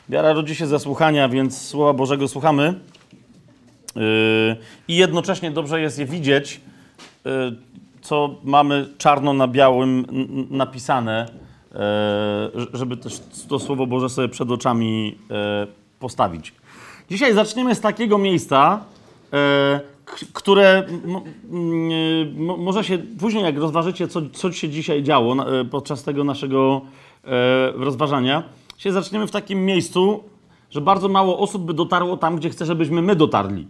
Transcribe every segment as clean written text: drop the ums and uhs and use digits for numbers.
Wiara rodzi się ze słuchania, więc Słowa Bożego słuchamy. I jednocześnie dobrze jest je widzieć, co mamy czarno na białym napisane, żeby też to Słowo Boże sobie przed oczami postawić. Dzisiaj zaczniemy z takiego miejsca, które może się później, jak rozważycie, co się dzisiaj działo podczas tego naszego rozważania, się zaczniemy w takim miejscu, że bardzo mało osób by dotarło tam, gdzie chce, żebyśmy my dotarli.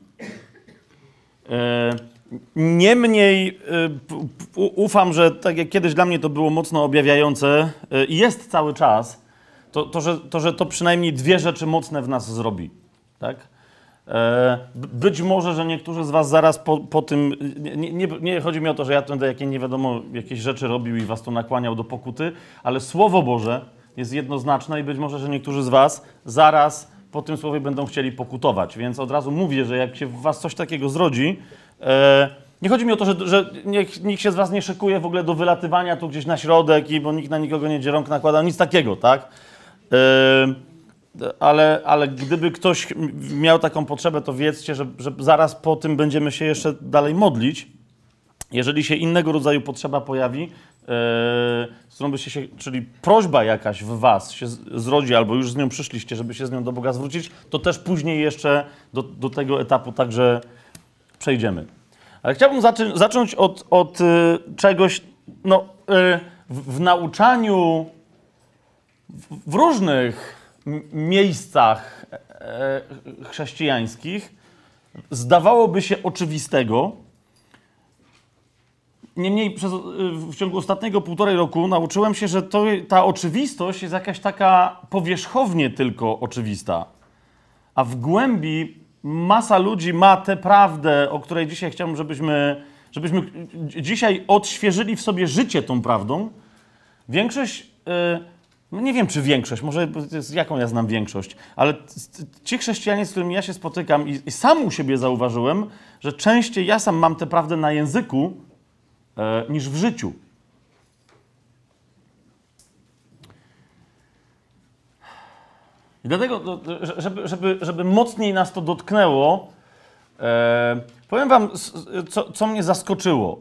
Niemniej ufam, że tak jak kiedyś dla mnie to było mocno objawiające i jest cały czas, że to przynajmniej dwie rzeczy mocne w nas zrobi. Tak? Być może, że niektórzy z was zaraz po tym... Nie chodzi mi o to, że ja będę jakieś rzeczy robił i was to nakłaniał do pokuty, ale Słowo Boże jest jednoznaczne i być może, że niektórzy z was zaraz po tym słowie będą chcieli pokutować. Więc od razu mówię, że jak się w was coś takiego zrodzi, nie chodzi mi o to, że nikt się z was nie szykuje w ogóle do wylatywania tu gdzieś na środek, bo nikt na nikogo nie będzie rąk nakładał, nic takiego, tak? Ale gdyby ktoś miał taką potrzebę, to wiedzcie, że zaraz po tym będziemy się jeszcze dalej modlić. Jeżeli się innego rodzaju potrzeba pojawi, z którą byście się, czyli prośba jakaś w was się zrodzi, albo już z nią przyszliście, żeby się z nią do Boga zwrócić, to też później jeszcze do tego etapu także przejdziemy. Ale chciałbym zacząć od czegoś, w nauczaniu w różnych miejscach chrześcijańskich zdawałoby się oczywistego. Niemniej w ciągu ostatniego 1,5 roku nauczyłem się, że ta oczywistość jest jakaś taka powierzchownie tylko oczywista. A w głębi masa ludzi ma tę prawdę, o której dzisiaj chciałbym, żebyśmy dzisiaj odświeżyli w sobie życie tą prawdą. Większość, nie wiem czy większość, może jaką ja znam większość, ale ci chrześcijanie, z którymi ja się spotykam i sam u siebie zauważyłem, że częściej ja sam mam tę prawdę na języku, niż w życiu. I dlatego, żeby mocniej nas to dotknęło, powiem wam, co mnie zaskoczyło.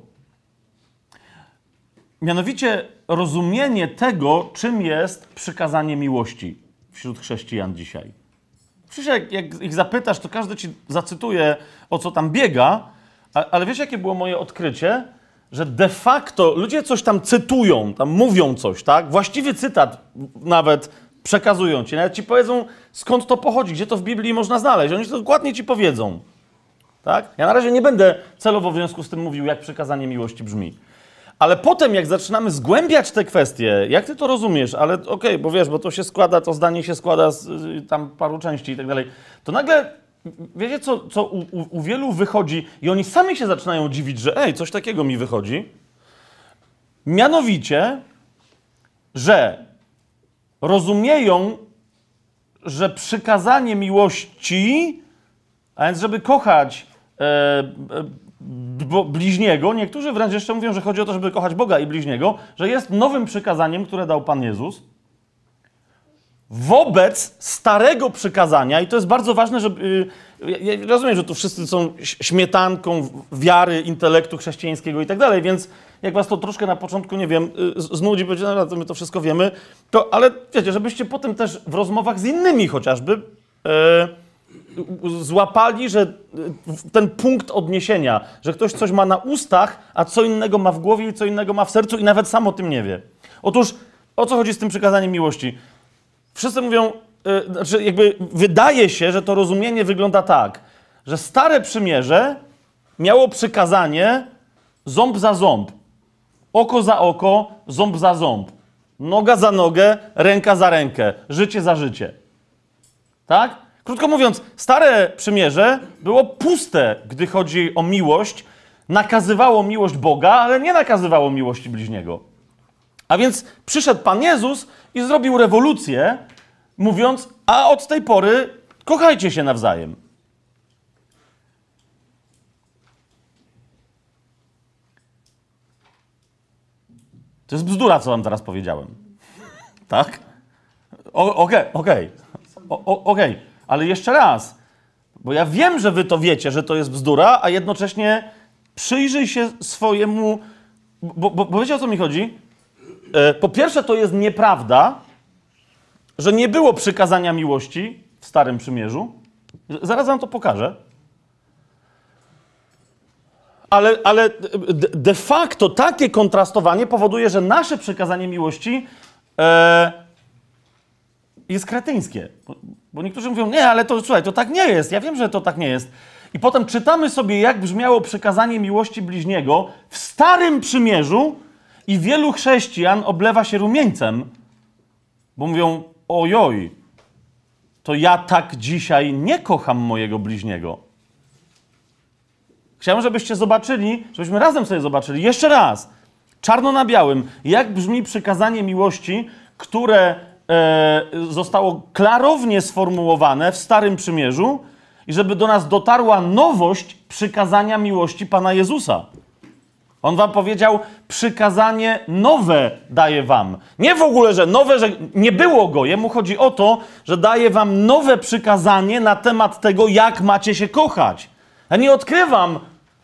Mianowicie rozumienie tego, czym jest przykazanie miłości wśród chrześcijan dzisiaj. Przecież jak ich zapytasz, to każdy ci zacytuje, o co tam biega, ale wiesz, jakie było moje odkrycie? Że de facto ludzie coś tam cytują, tam mówią coś, tak? Właściwy cytat nawet przekazują ci. Nawet ci powiedzą, skąd to pochodzi, gdzie to w Biblii można znaleźć. Oni to dokładnie ci powiedzą. Tak? Ja na razie nie będę celowo w związku z tym mówił, jak przykazanie miłości brzmi. Ale potem, jak zaczynamy zgłębiać te kwestie, jak ty to rozumiesz, ale okej, bo wiesz, bo to się składa, to zdanie się składa z tam paru części i tak dalej, to nagle... Wiecie, co u wielu wychodzi i oni sami się zaczynają dziwić, że coś takiego mi wychodzi. Mianowicie, że rozumieją, że przykazanie miłości, a więc żeby kochać bliźniego, niektórzy wręcz jeszcze mówią, że chodzi o to, żeby kochać Boga i bliźniego, że jest nowym przykazaniem, które dał Pan Jezus, wobec starego przykazania, i to jest bardzo ważne, żeby... Ja rozumiem, że tu wszyscy są śmietanką wiary, intelektu chrześcijańskiego i tak dalej, więc jak was to troszkę na początku, nie wiem, znudzi, będzie, no to my to wszystko wiemy, ale wiecie, żebyście potem też w rozmowach z innymi chociażby złapali, że ten punkt odniesienia, że ktoś coś ma na ustach, a co innego ma w głowie i co innego ma w sercu i nawet sam o tym nie wie. Otóż, o co chodzi z tym przykazaniem miłości? Wszyscy mówią, znaczy jakby wydaje się, że to rozumienie wygląda tak, że stare przymierze miało przykazanie ząb za ząb, oko za oko, ząb za ząb, noga za nogę, ręka za rękę, życie za życie. Tak? Krótko mówiąc, stare przymierze było puste, gdy chodzi o miłość, nakazywało miłość Boga, ale nie nakazywało miłości bliźniego. A więc przyszedł Pan Jezus i zrobił rewolucję, mówiąc, a od tej pory kochajcie się nawzajem. To jest bzdura, co wam teraz powiedziałem. Tak? Okej. Okej, ale jeszcze raz, bo ja wiem, że wy to wiecie, że to jest bzdura, a jednocześnie przyjrzyj się swojemu... Bo wiecie, o co mi chodzi? Po pierwsze, to jest nieprawda, że nie było przykazania miłości w Starym Przymierzu. Zaraz wam to pokażę. Ale de facto takie kontrastowanie powoduje, że nasze przykazanie miłości jest kretyńskie. Bo niektórzy mówią, nie, ale to słuchaj, to tak nie jest. Ja wiem, że to tak nie jest. I potem czytamy sobie, jak brzmiało przykazanie miłości bliźniego w Starym Przymierzu i wielu chrześcijan oblewa się rumieńcem, bo mówią, ojoj, to ja tak dzisiaj nie kocham mojego bliźniego. Chciałem, żebyście zobaczyli, żebyśmy razem sobie zobaczyli jeszcze raz, czarno na białym, jak brzmi przykazanie miłości, które zostało klarownie sformułowane w Starym Przymierzu i żeby do nas dotarła nowość przykazania miłości Pana Jezusa. On wam powiedział, przykazanie nowe daję wam. Nie w ogóle, że nowe, że nie było go. Jemu chodzi o to, że daje wam nowe przykazanie na temat tego, jak macie się kochać. Ja nie odkrywam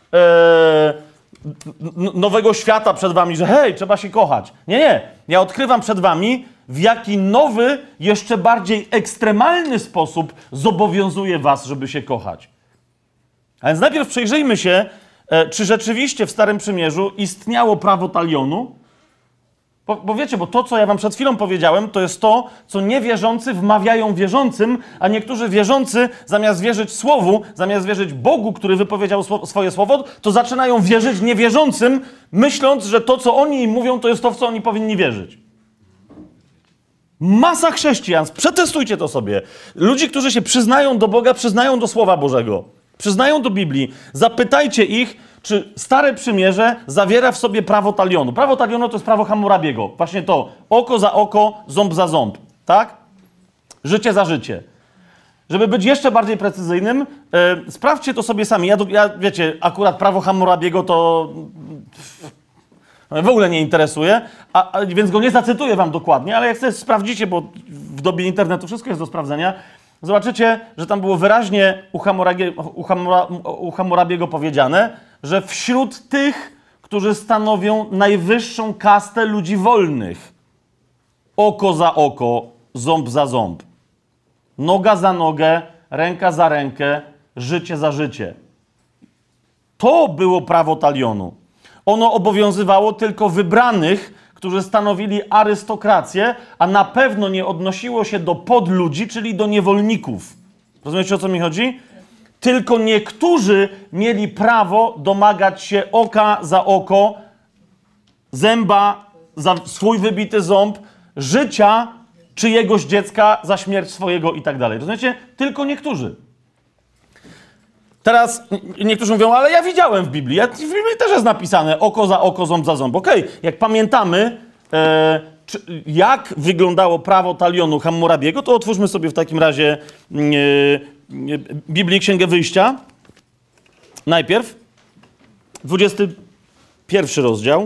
nowego świata przed wami, że hej, trzeba się kochać. Nie, nie. Ja odkrywam przed wami, w jaki nowy, jeszcze bardziej ekstremalny sposób zobowiązuje was, żeby się kochać. A więc najpierw przyjrzyjmy się, czy rzeczywiście w Starym Przymierzu istniało prawo talionu. Bo wiecie, bo to, co ja wam przed chwilą powiedziałem, to jest to, co niewierzący wmawiają wierzącym, a niektórzy wierzący, zamiast wierzyć Słowu, zamiast wierzyć Bogu, który wypowiedział swoje Słowo, to zaczynają wierzyć niewierzącym, myśląc, że to, co oni im mówią, to jest to, w co oni powinni wierzyć. Masa chrześcijan, przetestujcie to sobie. Ludzi, którzy się przyznają do Boga, przyznają do Słowa Bożego, przyznają do Biblii. Zapytajcie ich, czy Stare Przymierze zawiera w sobie prawo talionu. Prawo talionu to jest prawo Hammurabiego. Właśnie to, oko za oko, ząb za ząb. Tak? Życie za życie. Żeby być jeszcze bardziej precyzyjnym, sprawdźcie to sobie sami. Ja, wiecie, akurat prawo Hammurabiego to w ogóle nie interesuje, więc go nie zacytuję wam dokładnie, ale jak sobie sprawdzicie, bo w dobie internetu wszystko jest do sprawdzenia, zobaczycie, że tam było wyraźnie u Hammurabiego powiedziane, że wśród tych, którzy stanowią najwyższą kastę ludzi wolnych, oko za oko, ząb za ząb, noga za nogę, ręka za rękę, życie za życie. To było prawo talionu. Ono obowiązywało tylko wybranych, którzy stanowili arystokrację, a na pewno nie odnosiło się do podludzi, czyli do niewolników. Rozumiecie, o co mi chodzi? Tylko niektórzy mieli prawo domagać się oka za oko, zęba za swój wybity ząb, życia czyjegoś dziecka za śmierć swojego i tak dalej. Rozumiecie? Tylko niektórzy. Teraz niektórzy mówią, ale ja widziałem w Biblii. W Biblii też jest napisane oko za oko, ząb za ząb. Okej, jak pamiętamy, jak wyglądało prawo talionu Hammurabiego, to otwórzmy sobie w takim razie Biblię, Księgę Wyjścia. Najpierw 21 rozdział.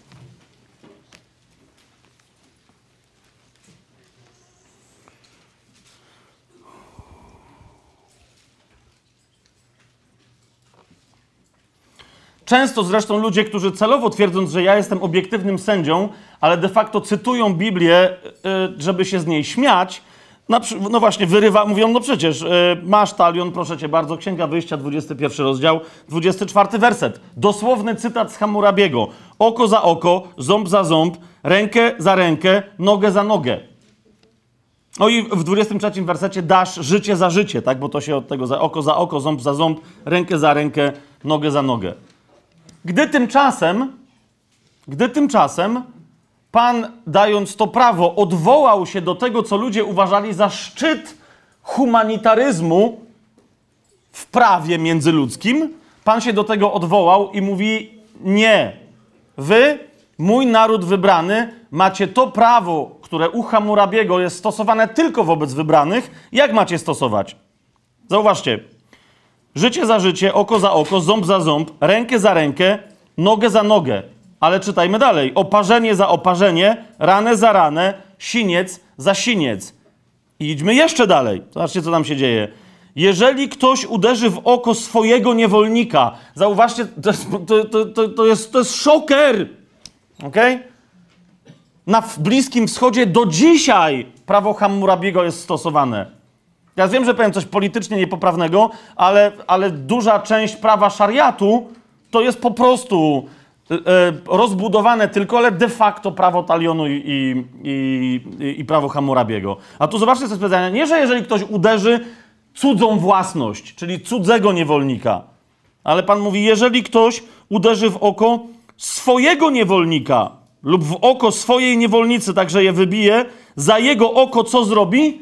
Często zresztą ludzie, którzy celowo twierdząc, że ja jestem obiektywnym sędzią, ale de facto cytują Biblię, żeby się z niej śmiać, no właśnie, mówią, no przecież, masz talion, proszę cię bardzo, Księga Wyjścia, 21 rozdział, 24 werset. Dosłowny cytat z Hammurabiego. Oko za oko, ząb za ząb, rękę za rękę, nogę za nogę. No i w 23 wersecie dasz życie za życie, tak? Bo to się od tego za oko, ząb za ząb, rękę za rękę, nogę za nogę. Gdy tymczasem Pan, dając to prawo, odwołał się do tego, co ludzie uważali za szczyt humanitaryzmu w prawie międzyludzkim, Pan się do tego odwołał i mówi, nie, wy, mój naród wybrany, macie to prawo, które u Hammurabiego jest stosowane tylko wobec wybranych. Jak macie stosować? Zauważcie. Życie za życie, oko za oko, ząb za ząb, rękę za rękę, nogę za nogę. Ale czytajmy dalej. Oparzenie za oparzenie, ranę za ranę, siniec za siniec. I idźmy jeszcze dalej. Zobaczcie, co tam się dzieje. Jeżeli ktoś uderzy w oko swojego niewolnika, zauważcie, to jest szoker. Okej? Na Bliskim Wschodzie do dzisiaj prawo Hammurabiego jest stosowane. Ja wiem, że powiem coś politycznie niepoprawnego, ale duża część prawa szariatu to jest po prostu rozbudowane tylko, ale de facto prawo talionu i prawo Hammurabiego. A tu zobaczcie, co jest powiedziane. Nie, że jeżeli ktoś uderzy cudzą własność, czyli cudzego niewolnika, ale Pan mówi, jeżeli ktoś uderzy w oko swojego niewolnika lub w oko swojej niewolnicy, tak że je wybije, za jego oko co zrobi?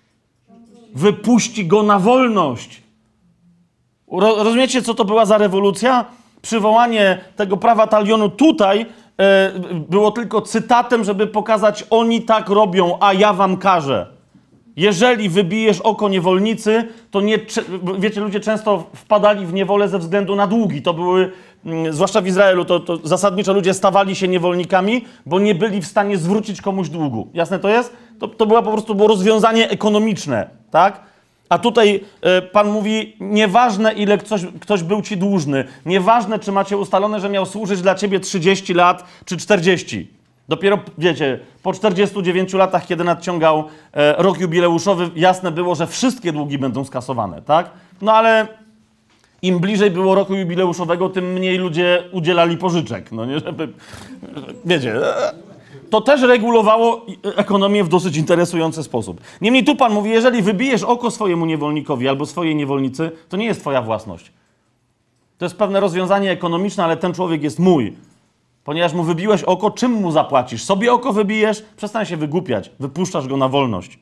Wypuści go na wolność. Rozumiecie, co to była za rewolucja? Przywołanie tego prawa talionu tutaj było tylko cytatem, żeby pokazać, oni tak robią, a ja wam każę. Jeżeli wybijesz oko niewolnicy, to nie... Wiecie, ludzie często wpadali w niewolę ze względu na długi. To były, zwłaszcza w Izraelu, to zasadniczo ludzie stawali się niewolnikami, bo nie byli w stanie zwrócić komuś długu. Jasne to jest? To było po prostu rozwiązanie ekonomiczne, tak? A tutaj Pan mówi, nieważne ile ktoś był ci dłużny, nieważne czy macie ustalone, że miał służyć dla ciebie 30 lat czy 40. Dopiero, wiecie, po 49 latach, kiedy nadciągał rok jubileuszowy, jasne było, że wszystkie długi będą skasowane, tak? No ale im bliżej było roku jubileuszowego, tym mniej ludzie udzielali pożyczek, no nie, żeby... Wiecie... To też regulowało ekonomię w dosyć interesujący sposób. Niemniej tu Pan mówi, jeżeli wybijesz oko swojemu niewolnikowi albo swojej niewolnicy, to nie jest twoja własność. To jest pewne rozwiązanie ekonomiczne, ale ten człowiek jest mój. Ponieważ mu wybiłeś oko, czym mu zapłacisz? Sobie oko wybijesz? Przestań się wygłupiać. Wypuszczasz go na wolność.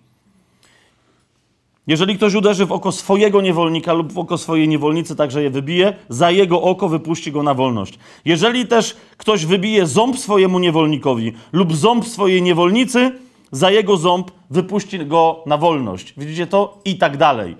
Jeżeli ktoś uderzy w oko swojego niewolnika lub w oko swojej niewolnicy, tak że je wybije, za jego oko wypuści go na wolność. Jeżeli też ktoś wybije ząb swojemu niewolnikowi lub ząb swojej niewolnicy, za jego ząb wypuści go na wolność. Widzicie to? I tak dalej.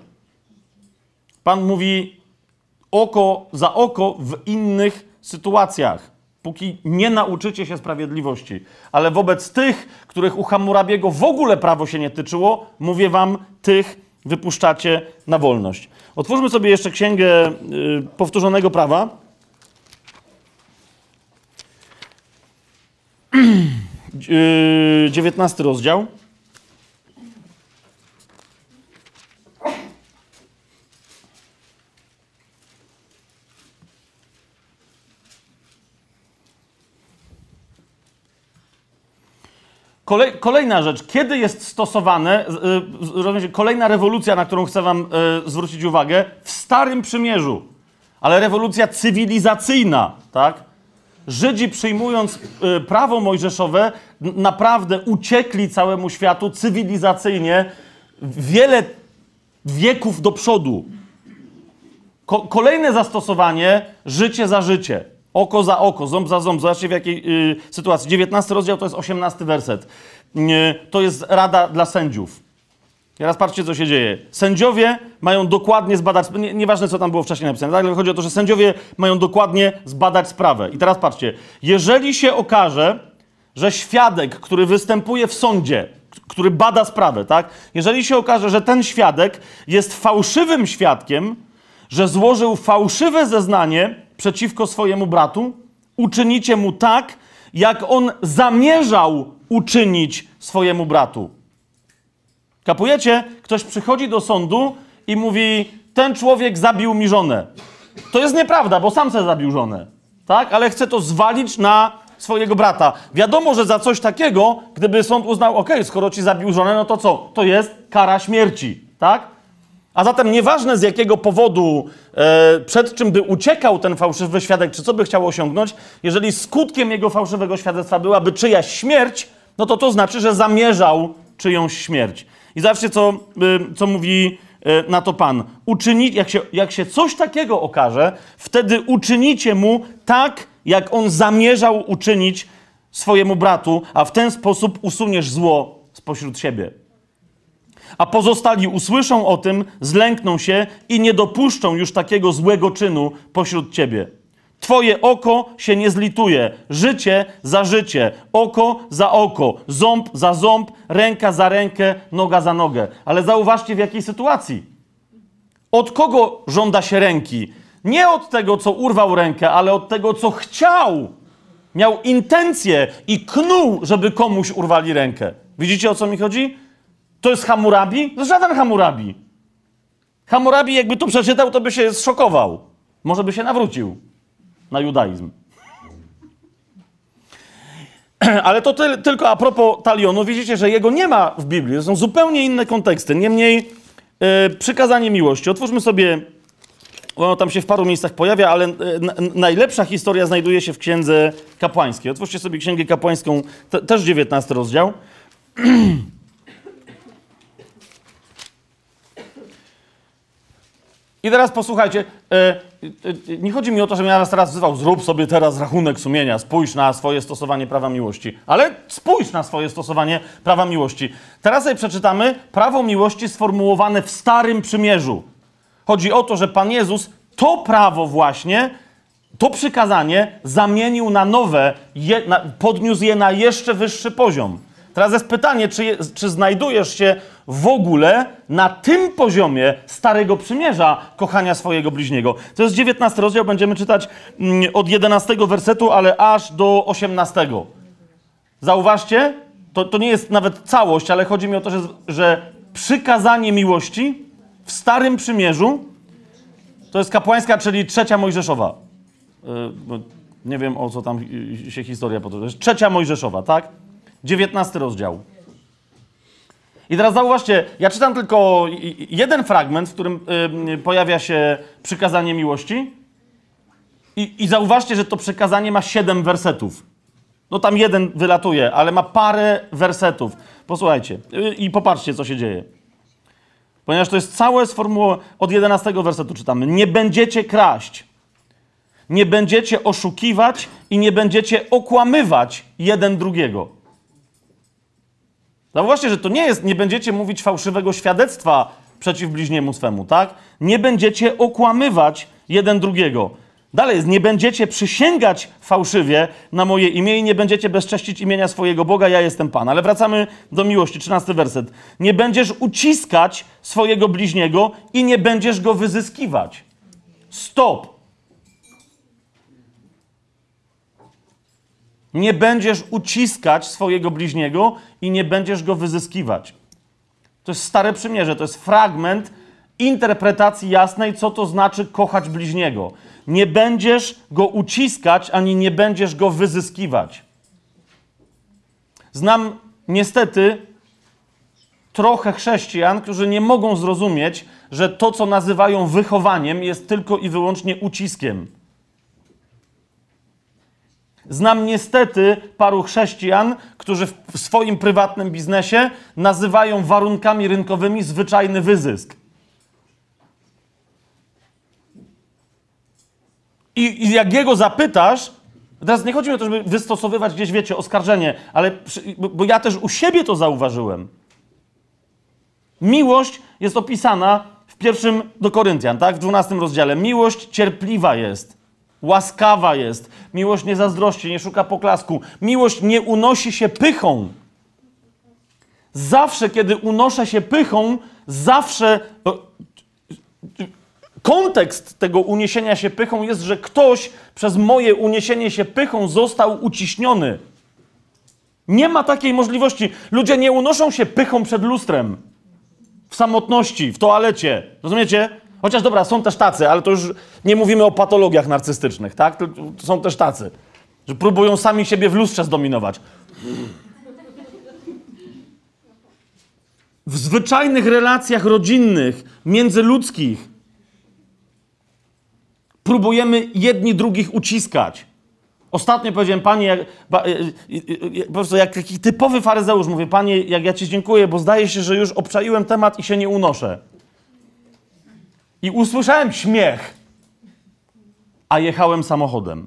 Pan mówi oko za oko w innych sytuacjach, póki nie nauczycie się sprawiedliwości. Ale wobec tych, których u Hammurabiego w ogóle prawo się nie tyczyło, mówię wam, tych wypuszczacie na wolność. Otwórzmy sobie jeszcze Księgę Powtórzonego Prawa. XIX rozdział. Kolejna rzecz, kiedy jest stosowane, kolejna rewolucja, na którą chcę wam zwrócić uwagę, w Starym Przymierzu, ale rewolucja cywilizacyjna, tak? Żydzi przyjmując prawo mojżeszowe naprawdę uciekli całemu światu cywilizacyjnie wiele wieków do przodu. Kolejne zastosowanie, życie za życie. Oko za oko, ząb za ząb. Zobaczcie w jakiej sytuacji. 19 rozdział to jest 18 werset. To jest rada dla sędziów. Teraz patrzcie, co się dzieje. Sędziowie mają dokładnie zbadać... Nieważne, co tam było wcześniej napisane, tak? Ale chodzi o to, że sędziowie mają dokładnie zbadać sprawę. I teraz patrzcie. Jeżeli się okaże, że świadek, który występuje w sądzie, który bada sprawę, tak? Jeżeli się okaże, że ten świadek jest fałszywym świadkiem, że złożył fałszywe zeznanie przeciwko swojemu bratu, uczynicie mu tak, jak on zamierzał uczynić swojemu bratu. Kapujecie? Ktoś przychodzi do sądu i mówi, ten człowiek zabił mi żonę. To jest nieprawda, bo sam se zabił żonę. Tak? Ale chce to zwalić na swojego brata. Wiadomo, że za coś takiego, gdyby sąd uznał, okej, skoro ci zabił żonę, no to co? To jest kara śmierci. Tak? A zatem nieważne z jakiego powodu, przed czym by uciekał ten fałszywy świadek, czy co by chciał osiągnąć, jeżeli skutkiem jego fałszywego świadectwa byłaby czyjaś śmierć, no to znaczy, że zamierzał czyjąś śmierć. I zobaczcie, co mówi na to Pan. Jak się coś takiego okaże, wtedy uczynicie mu tak, jak on zamierzał uczynić swojemu bratu, a w ten sposób usuniesz zło spośród siebie. A pozostali usłyszą o tym, zlękną się i nie dopuszczą już takiego złego czynu pośród ciebie. Twoje oko się nie zlituje. Życie za życie, oko za oko, ząb za ząb, ręka za rękę, noga za nogę. Ale zauważcie, w jakiej sytuacji. Od kogo żąda się ręki? Nie od tego, co urwał rękę, ale od tego, co chciał. Miał intencję i knuł, żeby komuś urwali rękę. Widzicie, o co mi chodzi? To jest Hammurabi? To żaden Hammurabi. Hammurabi, jakby to przeczytał, to by się zszokował. Może by się nawrócił na judaizm. Ale to tylko a propos talionu. Widzicie, że jego nie ma w Biblii. To są zupełnie inne konteksty. Niemniej przykazanie miłości. Otwórzmy sobie, ono tam się w paru miejscach pojawia, ale najlepsza historia znajduje się w Księdze Kapłańskiej. Otwórzcie sobie Księgę Kapłańską, też 19 rozdział. I teraz posłuchajcie, nie chodzi mi o to, żebym ja was teraz wzywał, zrób sobie teraz rachunek sumienia, spójrz na swoje stosowanie prawa miłości. Ale spójrz na swoje stosowanie prawa miłości. Teraz sobie przeczytamy prawo miłości sformułowane w Starym Przymierzu. Chodzi o to, że Pan Jezus to prawo właśnie, to przykazanie zamienił na nowe, podniósł je na jeszcze wyższy poziom. Teraz jest pytanie, czy znajdujesz się w ogóle na tym poziomie Starego Przymierza kochania swojego bliźniego. To jest 19 rozdział, będziemy czytać od 11 wersetu, ale aż do 18. Zauważcie, to nie jest nawet całość, ale chodzi mi o to, że przykazanie miłości w Starym Przymierzu to jest kapłańska, czyli 3 Mojżeszowa. Nie wiem, o co tam się historia potoczy. To jest 3 Mojżeszowa, tak? 19 rozdział. I teraz zauważcie, ja czytam tylko jeden fragment, w którym pojawia się przykazanie miłości. I zauważcie, że to przykazanie ma 7 wersetów. No tam jeden wylatuje, ale ma parę wersetów. Posłuchajcie i popatrzcie, co się dzieje. Ponieważ to jest całe sformułowanie, od 11 wersetu czytamy. Nie będziecie kraść, nie będziecie oszukiwać i nie będziecie okłamywać jeden drugiego. Zauważcie, że to nie jest, nie będziecie mówić fałszywego świadectwa przeciw bliźniemu swemu, tak? Nie będziecie okłamywać jeden drugiego. Dalej jest, nie będziecie przysięgać fałszywie na moje imię i nie będziecie bezcześcić imienia swojego Boga, ja jestem Pan. Ale wracamy do miłości, 13 werset. Nie będziesz uciskać swojego bliźniego i nie będziesz go wyzyskiwać. Stop. Nie będziesz uciskać swojego bliźniego i nie będziesz go wyzyskiwać. To jest Stare Przymierze, to jest fragment interpretacji jasnej, co to znaczy kochać bliźniego. Nie będziesz go uciskać, ani nie będziesz go wyzyskiwać. Znam niestety trochę chrześcijan, którzy nie mogą zrozumieć, że to, co nazywają wychowaniem, jest tylko i wyłącznie uciskiem. Znam niestety paru chrześcijan, którzy w swoim prywatnym biznesie nazywają warunkami rynkowymi zwyczajny wyzysk. I jak jego zapytasz, teraz nie chodzi mi o to, żeby wystosowywać gdzieś, wiecie, oskarżenie, ale bo ja też u siebie to zauważyłem. Miłość jest opisana w 1 do Koryntian, tak? W 12 rozdziale. Miłość cierpliwa jest, łaskawa jest. Miłość nie zazdrości, nie szuka poklasku. Miłość nie unosi się pychą. Zawsze, kiedy unoszę się pychą, zawsze... Kontekst tego uniesienia się pychą jest, że ktoś przez moje uniesienie się pychą został uciśniony. Nie ma takiej możliwości. Ludzie nie unoszą się pychą przed lustrem. W samotności, w toalecie. Rozumiecie? Chociaż dobra, są też tacy, ale to już nie mówimy o patologiach narcystycznych, tak? To są też tacy, że próbują sami siebie w lustrze zdominować. W zwyczajnych relacjach rodzinnych, międzyludzkich próbujemy jedni drugich uciskać. Ostatnio powiedziałem, Panie, po prostu jak taki typowy faryzeusz, mówię, Panie, jak ja Ci dziękuję, bo zdaje się, że już obczaiłem temat i się nie unoszę. I usłyszałem śmiech, a jechałem samochodem.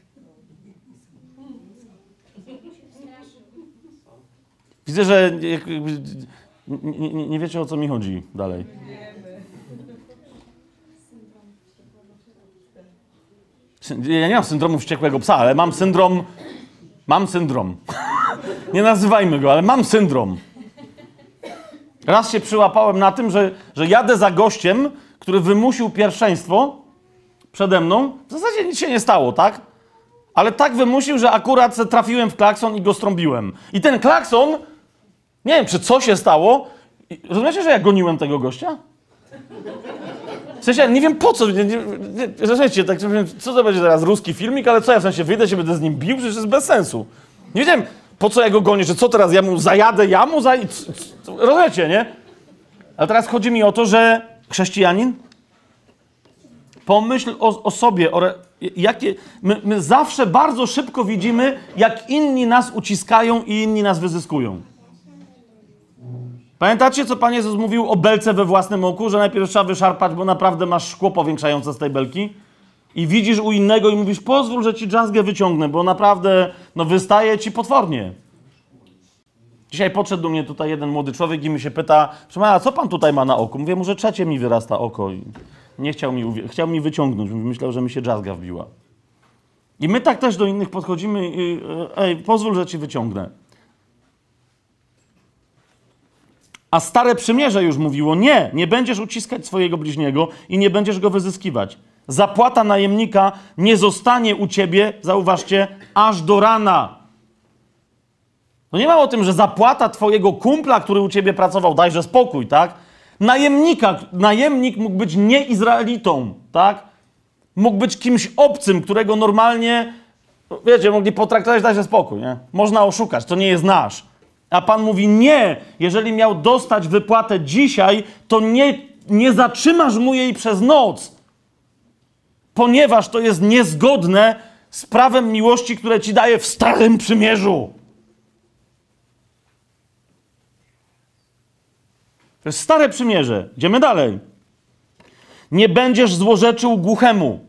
Widzę, że nie wiecie, o co mi chodzi dalej. Ja nie mam syndromu wściekłego psa, ale mam syndrom... Mam syndrom. Nie nazywajmy go, ale mam syndrom. Raz się przyłapałem na tym, że jadę za gościem, który wymusił pierwszeństwo przede mną. W zasadzie nic się nie stało, tak? Ale tak wymusił, że akurat trafiłem w klakson i go strąbiłem. I ten klakson, nie wiem, czy co się stało. Rozumiecie, że ja goniłem tego gościa? W sensie, nie wiem po co. Rozumiecie, tak, co to będzie teraz, ruski filmik, ale co ja w sensie wyjdę się, będę z nim bił? Przecież to jest bez sensu. Nie wiedziałem, po co ja go gonię, że co teraz, ja mu zajadę, rozumiecie, nie? Ale teraz chodzi mi o to, że chrześcijanin, pomyśl o sobie, my zawsze bardzo szybko widzimy, jak inni nas uciskają i inni nas wyzyskują. Pamiętacie, co Pan Jezus mówił o belce we własnym oku, że najpierw trzeba wyszarpać, bo naprawdę masz szkło powiększające z tej belki i widzisz u innego i mówisz, pozwól, że ci drzazgę wyciągnę, bo naprawdę, wystaje ci potwornie. Dzisiaj podszedł do mnie tutaj jeden młody człowiek i mi się pyta, a co Pan tutaj ma na oku? Mówię mu, że trzecie mi wyrasta oko i nie chciał mi wyciągnąć, myślał, że mi się drzazga wbiła. I my tak też do innych podchodzimy i pozwól, że ci wyciągnę. A Stare Przymierze już mówiło, nie będziesz uciskać swojego bliźniego i nie będziesz go wyzyskiwać. Zapłata najemnika nie zostanie u ciebie, zauważcie, aż do rana. No nie ma o tym, że zapłata twojego kumpla, który u ciebie pracował, dajże spokój, tak? Najemnik mógł być nie Izraelitą, tak? Mógł być kimś obcym, którego normalnie, wiecie, mogli potraktować, dajże spokój, nie? Można oszukać, to nie jest nasz. A Pan mówi, nie, jeżeli miał dostać wypłatę dzisiaj, to nie zatrzymasz mu jej przez noc, ponieważ to jest niezgodne z prawem miłości, które ci daje w Starym Przymierzu. To jest Stare Przymierze. Idziemy dalej. Nie będziesz złorzeczył głuchemu.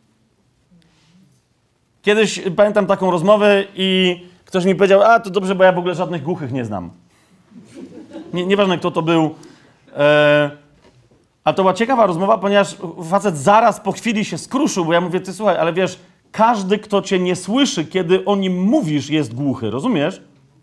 Kiedyś pamiętam taką rozmowę i ktoś mi powiedział, to dobrze, bo ja w ogóle żadnych głuchych nie znam. Nieważne, kto to był. A to była ciekawa rozmowa, ponieważ facet zaraz po chwili się skruszył, bo ja mówię, ty słuchaj, ale wiesz, każdy, kto cię nie słyszy, kiedy o nim mówisz, jest głuchy, rozumiesz?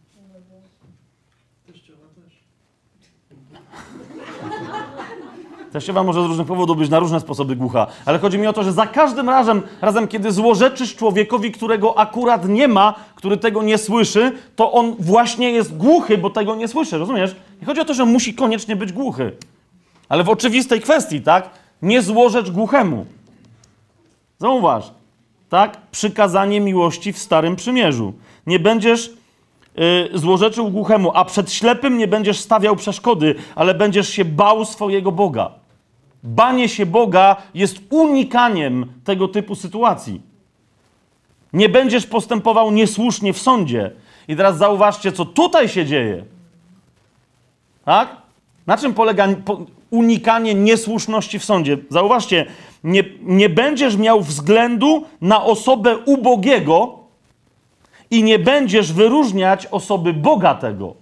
Teściowa może z różnych powodów być na różne sposoby głucha, ale chodzi mi o to, że za każdym razem, kiedy złorzeczysz człowiekowi, którego akurat nie ma, który tego nie słyszy, to on właśnie jest głuchy, bo tego nie słyszy, rozumiesz? Nie chodzi o to, że musi koniecznie być głuchy, ale w oczywistej kwestii, tak? Nie złorzecz głuchemu. Zauważ, tak? Przykazanie miłości w Starym Przymierzu. Nie będziesz złorzeczył głuchemu, a przed ślepym nie będziesz stawiał przeszkody, ale będziesz się bał swojego Boga. Banie się Boga jest unikaniem tego typu sytuacji. Nie będziesz postępował niesłusznie w sądzie. I teraz zauważcie, co tutaj się dzieje. Tak? Na czym polega unikanie niesłuszności w sądzie? Zauważcie, nie będziesz miał względu na osobę ubogiego i nie będziesz wyróżniać osoby bogatego.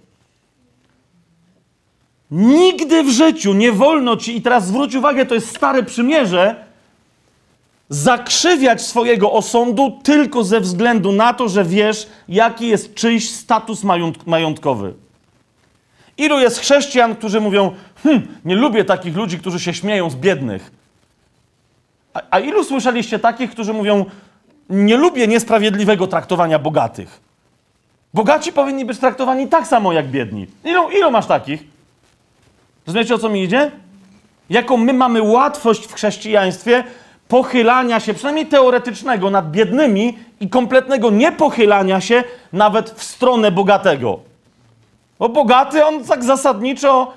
Nigdy w życiu nie wolno ci, i teraz zwróć uwagę, to jest Stare Przymierze, zakrzywiać swojego osądu tylko ze względu na to, że wiesz, jaki jest czyjś status majątkowy. Ilu jest chrześcijan, którzy mówią, nie lubię takich ludzi, którzy się śmieją z biednych. A ilu słyszeliście takich, którzy mówią, nie lubię niesprawiedliwego traktowania bogatych. Bogaci powinni być traktowani tak samo jak biedni. Ilu masz takich? Rozumiecie, o co mi idzie? Jaką my mamy łatwość w chrześcijaństwie pochylania się, przynajmniej teoretycznego, nad biednymi i kompletnego niepochylania się nawet w stronę bogatego. Bo bogaty, on tak zasadniczo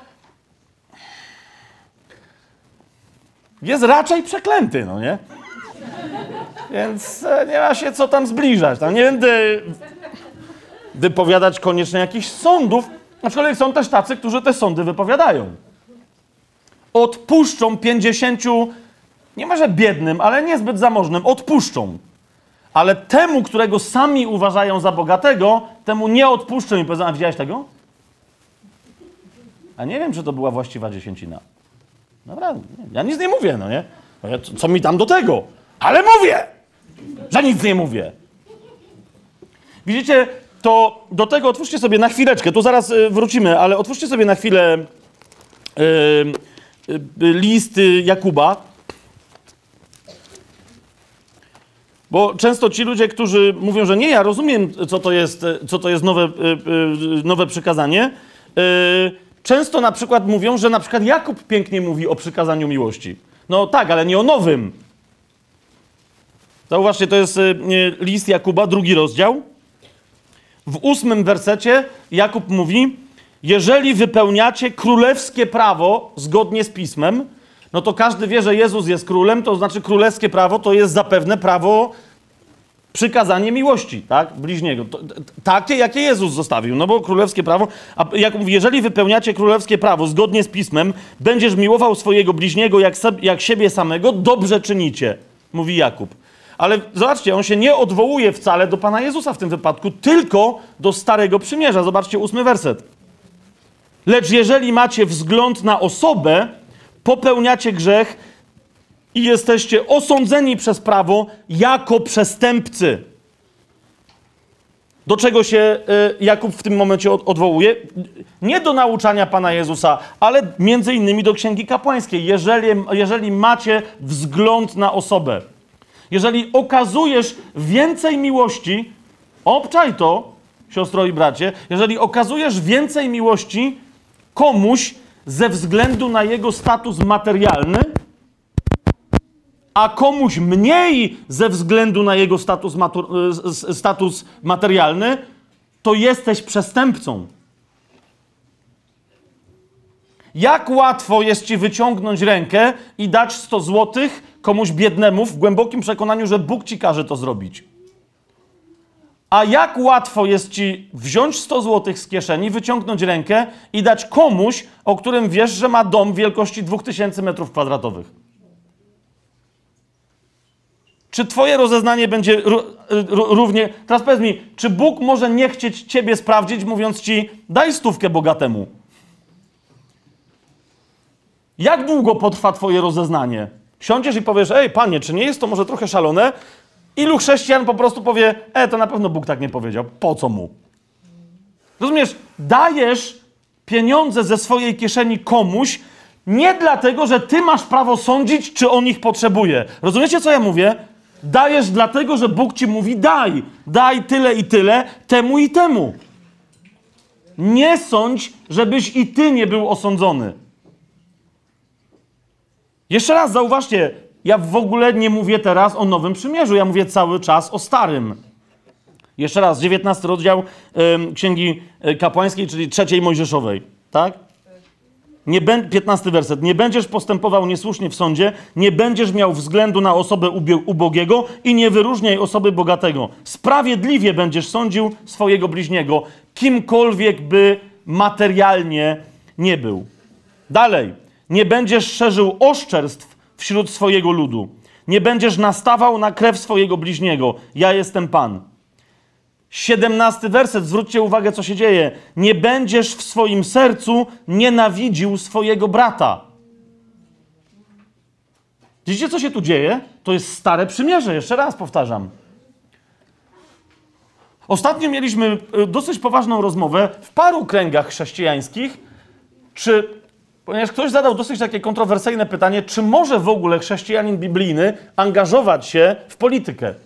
jest raczej przeklęty, no nie? Więc nie ma się co tam zbliżać. Tam nie będę wypowiadać koniecznie jakichś sądów, aczkolwiek są też tacy, którzy te sądy wypowiadają. Odpuszczą 50, nie może biednym, ale niezbyt zamożnym, odpuszczą. Ale temu, którego sami uważają za bogatego, temu nie odpuszczą i powiedzą, a widziałeś tego? A nie wiem, czy to była właściwa dziesięcina. Dobra, ja nic nie mówię, no nie? Co mi tam do tego? Ale mówię! Że nic nie mówię. Widzicie, to do tego otwórzcie sobie na chwileczkę, tu zaraz wrócimy, ale otwórzcie sobie na chwilę list Jakuba. Bo często ci ludzie, którzy mówią, że nie, ja rozumiem, co to jest nowe przykazanie, często na przykład mówią, że na przykład Jakub pięknie mówi o przykazaniu miłości. No tak, ale nie o nowym. Zauważcie, to jest list Jakuba, 2 rozdział. W 8 wersecie Jakub mówi: jeżeli wypełniacie królewskie prawo zgodnie z Pismem, no to każdy wie, że Jezus jest królem, to znaczy królewskie prawo to jest zapewne prawo przykazanie miłości, tak? Bliźniego. Takie, jakie Jezus zostawił, no bo królewskie prawo, a jak mówi, jeżeli wypełniacie królewskie prawo zgodnie z Pismem, będziesz miłował swojego bliźniego jak siebie samego, dobrze czynicie, mówi Jakub. Ale zobaczcie, on się nie odwołuje wcale do Pana Jezusa w tym wypadku, tylko do Starego Przymierza. Zobaczcie 8 werset. Lecz jeżeli macie wzgląd na osobę, popełniacie grzech i jesteście osądzeni przez prawo jako przestępcy. Do czego się Jakub w tym momencie odwołuje? Nie do nauczania Pana Jezusa, ale między innymi do Księgi Kapłańskiej. Jeżeli macie wzgląd na osobę, jeżeli okazujesz więcej miłości, obczaj to, siostro i bracie, jeżeli okazujesz więcej miłości komuś ze względu na jego status materialny, a komuś mniej ze względu na jego status materialny, to jesteś przestępcą. Jak łatwo jest ci wyciągnąć rękę i dać 100 złotych komuś biednemu w głębokim przekonaniu, że Bóg ci każe to zrobić. A jak łatwo jest ci wziąć 100 złotych z kieszeni, wyciągnąć rękę i dać komuś, o którym wiesz, że ma dom wielkości 2000 m². Czy twoje rozeznanie będzie równie... Teraz powiedz mi, czy Bóg może nie chcieć ciebie sprawdzić, mówiąc ci, daj 100 bogatemu? Jak długo potrwa twoje rozeznanie? Siądziesz i powiesz, ej, panie, czy nie jest to może trochę szalone? Ilu chrześcijan po prostu powie, to na pewno Bóg tak nie powiedział, po co mu? Rozumiesz, dajesz pieniądze ze swojej kieszeni komuś, nie dlatego, że ty masz prawo sądzić, czy on ich potrzebuje. Rozumiecie, co ja mówię? Dajesz dlatego, że Bóg ci mówi, daj tyle i tyle, temu i temu. Nie sądź, żebyś i ty nie był osądzony. Jeszcze raz zauważcie, ja w ogóle nie mówię teraz o Nowym Przymierzu, ja mówię cały czas o Starym. Jeszcze raz, 19 rozdział Księgi Kapłańskiej, czyli 3 Mojżeszowej, tak? 15 werset. Nie będziesz postępował niesłusznie w sądzie, nie będziesz miał względu na osobę ubogiego i nie wyróżniaj osoby bogatego. Sprawiedliwie będziesz sądził swojego bliźniego, kimkolwiek by materialnie nie był. Dalej. Nie będziesz szerzył oszczerstw wśród swojego ludu. Nie będziesz nastawał na krew swojego bliźniego. Ja jestem Pan. 17 werset. Zwróćcie uwagę, co się dzieje. Nie będziesz w swoim sercu nienawidził swojego brata. Widzicie, co się tu dzieje? To jest Stare Przymierze. Jeszcze raz powtarzam. Ostatnio mieliśmy dosyć poważną rozmowę w paru kręgach chrześcijańskich, ponieważ ktoś zadał dosyć takie kontrowersyjne pytanie, czy może w ogóle chrześcijanin biblijny angażować się w politykę?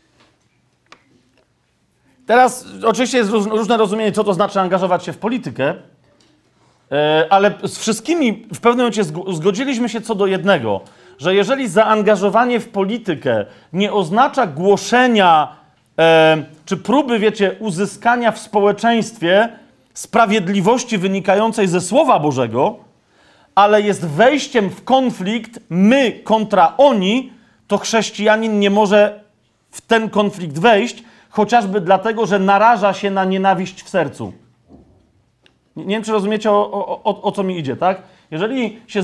Teraz oczywiście jest różne rozumienie, co to znaczy angażować się w politykę, ale z wszystkimi w pewnym momencie zgodziliśmy się co do jednego, że jeżeli zaangażowanie w politykę nie oznacza głoszenia czy próby, wiecie, uzyskania w społeczeństwie sprawiedliwości wynikającej ze Słowa Bożego, ale jest wejściem w konflikt my kontra oni, to chrześcijanin nie może w ten konflikt wejść, chociażby dlatego, że naraża się na nienawiść w sercu. Nie wiem, czy rozumiecie, o co mi idzie, tak? Jeżeli się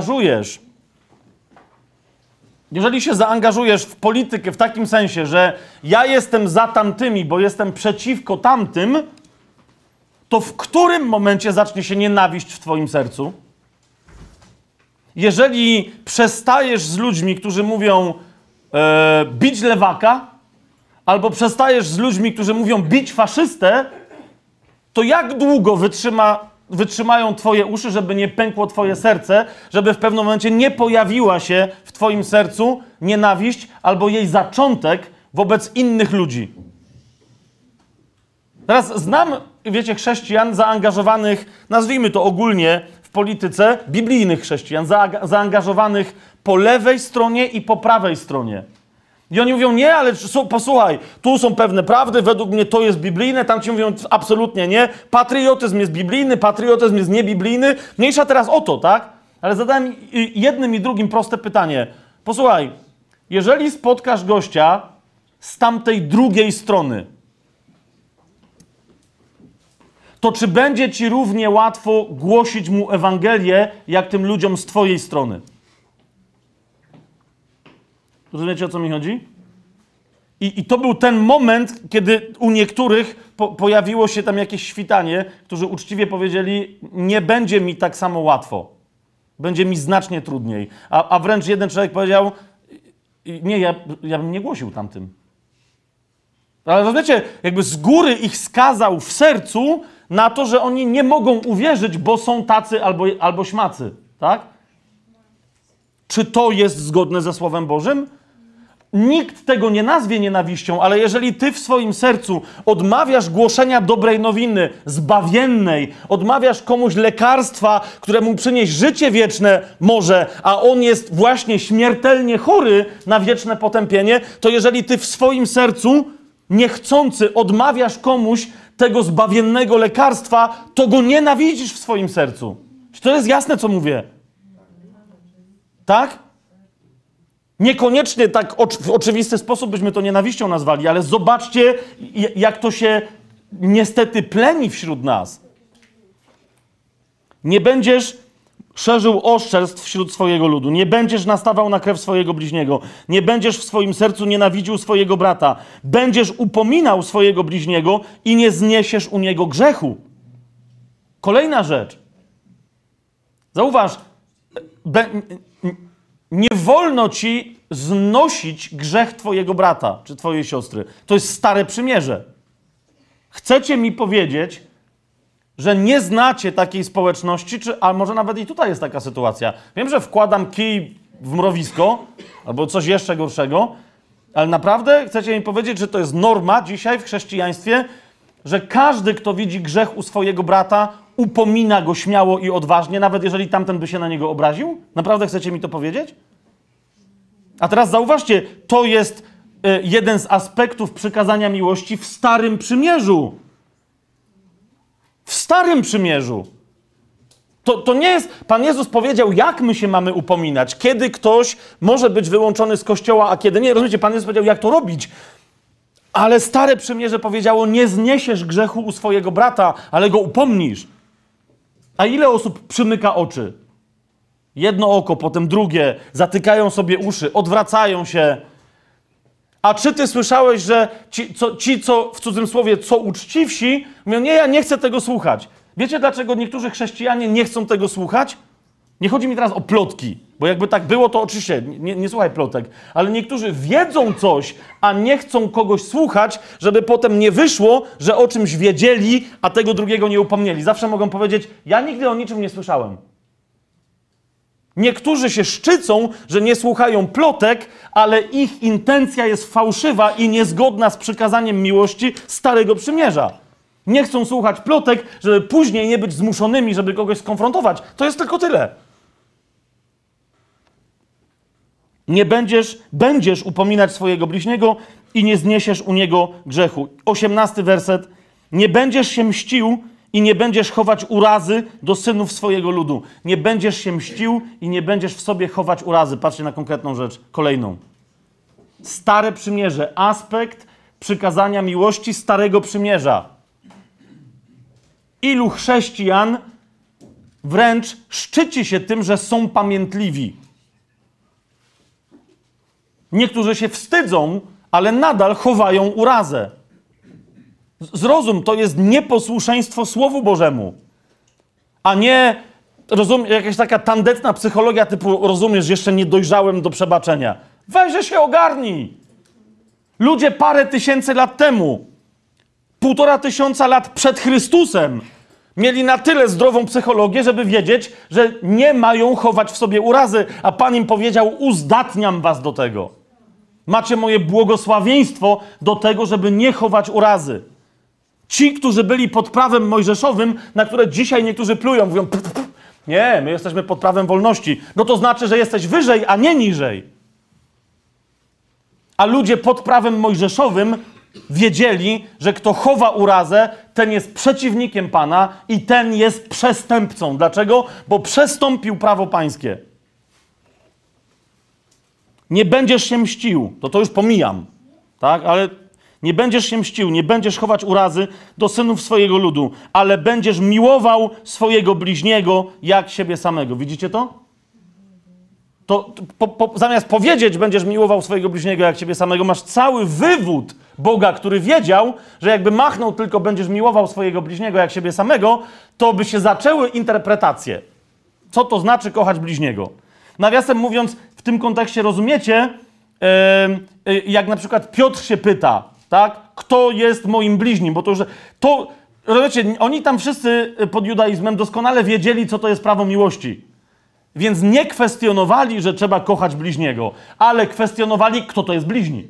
zaangażujesz w politykę w takim sensie, że ja jestem za tamtymi, bo jestem przeciwko tamtym, to w którym momencie zacznie się nienawiść w twoim sercu? Jeżeli przestajesz z ludźmi, którzy mówią, bić lewaka, albo przestajesz z ludźmi, którzy mówią bić faszystę, to jak długo wytrzymają twoje uszy, żeby nie pękło twoje serce, żeby w pewnym momencie nie pojawiła się w twoim sercu nienawiść albo jej zaczątek wobec innych ludzi. Teraz znam, wiecie, chrześcijan zaangażowanych, nazwijmy to ogólnie w polityce, biblijnych chrześcijan, zaangażowanych po lewej stronie i po prawej stronie. I oni mówią, nie, ale posłuchaj, tu są pewne prawdy, według mnie to jest biblijne, tam ci mówią, absolutnie nie, patriotyzm jest biblijny, patriotyzm jest niebiblijny, mniejsza teraz o to, tak? Ale zadałem jednym i drugim proste pytanie. Posłuchaj, jeżeli spotkasz gościa z tamtej drugiej strony, to czy będzie ci równie łatwo głosić mu Ewangelię, jak tym ludziom z twojej strony? Rozumiecie, o co mi chodzi? I to był ten moment, kiedy u niektórych pojawiło się tam jakieś świtanie, którzy uczciwie powiedzieli, nie będzie mi tak samo łatwo. Będzie mi znacznie trudniej. A wręcz jeden człowiek powiedział, nie, ja bym nie głosił tamtym. Ale rozumiecie, jakby z góry ich skazał w sercu na to, że oni nie mogą uwierzyć, bo są tacy albo śmacy. Tak? Czy to jest zgodne ze Słowem Bożym? Nikt tego nie nazwie nienawiścią, ale jeżeli ty w swoim sercu odmawiasz głoszenia dobrej nowiny, zbawiennej, odmawiasz komuś lekarstwa, które mu przynieść życie wieczne może, a on jest właśnie śmiertelnie chory na wieczne potępienie, to jeżeli ty w swoim sercu niechcący odmawiasz komuś tego zbawiennego lekarstwa, to go nienawidzisz w swoim sercu. Czy to jest jasne, co mówię? Tak? Niekoniecznie tak w oczywisty sposób byśmy to nienawiścią nazwali, ale zobaczcie, jak to się niestety pleni wśród nas. Nie będziesz szerzył oszczerstw wśród swojego ludu, nie będziesz nastawał na krew swojego bliźniego, nie będziesz w swoim sercu nienawidził swojego brata, będziesz upominał swojego bliźniego i nie zniesiesz u niego grzechu. Kolejna rzecz. Zauważ, nie wolno ci znosić grzech twojego brata czy twojej siostry. To jest stare przymierze. Chcecie mi powiedzieć, że nie znacie takiej społeczności, a może nawet i tutaj jest taka sytuacja. Wiem, że wkładam kij w mrowisko albo coś jeszcze gorszego, ale naprawdę chcecie mi powiedzieć, że to jest norma dzisiaj w chrześcijaństwie, że każdy, kto widzi grzech u swojego brata, upomina go śmiało i odważnie, nawet jeżeli tamten by się na niego obraził? Naprawdę chcecie mi to powiedzieć? A teraz zauważcie, to jest jeden z aspektów przykazania miłości w Starym Przymierzu. W Starym Przymierzu. To nie jest... Pan Jezus powiedział, jak my się mamy upominać, kiedy ktoś może być wyłączony z Kościoła, a kiedy nie. Rozumiecie, Pan Jezus powiedział, jak to robić. Ale Stare Przymierze powiedziało, nie zniesiesz grzechu u swojego brata, ale go upomnisz. A ile osób przymyka oczy? Jedno oko, potem drugie, zatykają sobie uszy, odwracają się. A czy ty słyszałeś, że ci, co w cudzym słowie, co uczciwsi, mówią, nie, ja nie chcę tego słuchać. Wiecie, dlaczego niektórzy chrześcijanie nie chcą tego słuchać? Nie chodzi mi teraz o plotki, bo jakby tak było, to oczywiście nie słuchaj plotek, ale niektórzy wiedzą coś, a nie chcą kogoś słuchać, żeby potem nie wyszło, że o czymś wiedzieli, a tego drugiego nie upomnieli. Zawsze mogą powiedzieć, ja nigdy o niczym nie słyszałem. Niektórzy się szczycą, że nie słuchają plotek, ale ich intencja jest fałszywa i niezgodna z przykazaniem miłości Starego Przymierza. Nie chcą słuchać plotek, żeby później nie być zmuszonymi, żeby kogoś skonfrontować. To jest tylko tyle. Nie będziesz upominać swojego bliźniego i nie zniesiesz u niego grzechu. 18 werset. Nie będziesz się mścił i nie będziesz chować urazy do synów swojego ludu. Nie będziesz się mścił i nie będziesz w sobie chować urazy. Patrzcie na konkretną rzecz, kolejną. Stare Przymierze, aspekt przykazania miłości Starego Przymierza. Ilu chrześcijan wręcz szczyci się tym, że są pamiętliwi. Niektórzy się wstydzą, ale nadal chowają urazę. Zrozum, to jest nieposłuszeństwo Słowu Bożemu, a nie jakaś taka tandetna psychologia typu, rozumiesz, jeszcze nie dojrzałem do przebaczenia. Weź, że się ogarnij. Ludzie parę tysięcy lat temu, 1500 lat przed Chrystusem, mieli na tyle zdrową psychologię, żeby wiedzieć, że nie mają chować w sobie urazy, a Pan im powiedział, uzdatniam was do tego. Macie moje błogosławieństwo do tego, żeby nie chować urazy. Ci, którzy byli pod prawem mojżeszowym, na które dzisiaj niektórzy plują, mówią, nie, my jesteśmy pod prawem wolności. No to znaczy, że jesteś wyżej, a nie niżej. A ludzie pod prawem mojżeszowym wiedzieli, że kto chowa urazę, ten jest przeciwnikiem Pana i ten jest przestępcą. Dlaczego? Bo przestąpił prawo pańskie. Nie będziesz się mścił. To już pomijam. Tak? Ale nie będziesz się mścił, nie będziesz chować urazy do synów swojego ludu, ale będziesz miłował swojego bliźniego jak siebie samego. Widzicie to? Zamiast powiedzieć, będziesz miłował swojego bliźniego jak siebie samego, masz cały wywód Boga, który wiedział, że jakby machnął tylko będziesz miłował swojego bliźniego jak siebie samego, to by się zaczęły interpretacje. Co to znaczy kochać bliźniego? Nawiasem mówiąc, w tym kontekście rozumiecie, jak na przykład Piotr się pyta, tak? Kto jest moim bliźnim? Bo rozumiecie, oni tam wszyscy pod judaizmem doskonale wiedzieli, co to jest prawo miłości. Więc nie kwestionowali, że trzeba kochać bliźniego, ale kwestionowali, kto to jest bliźni.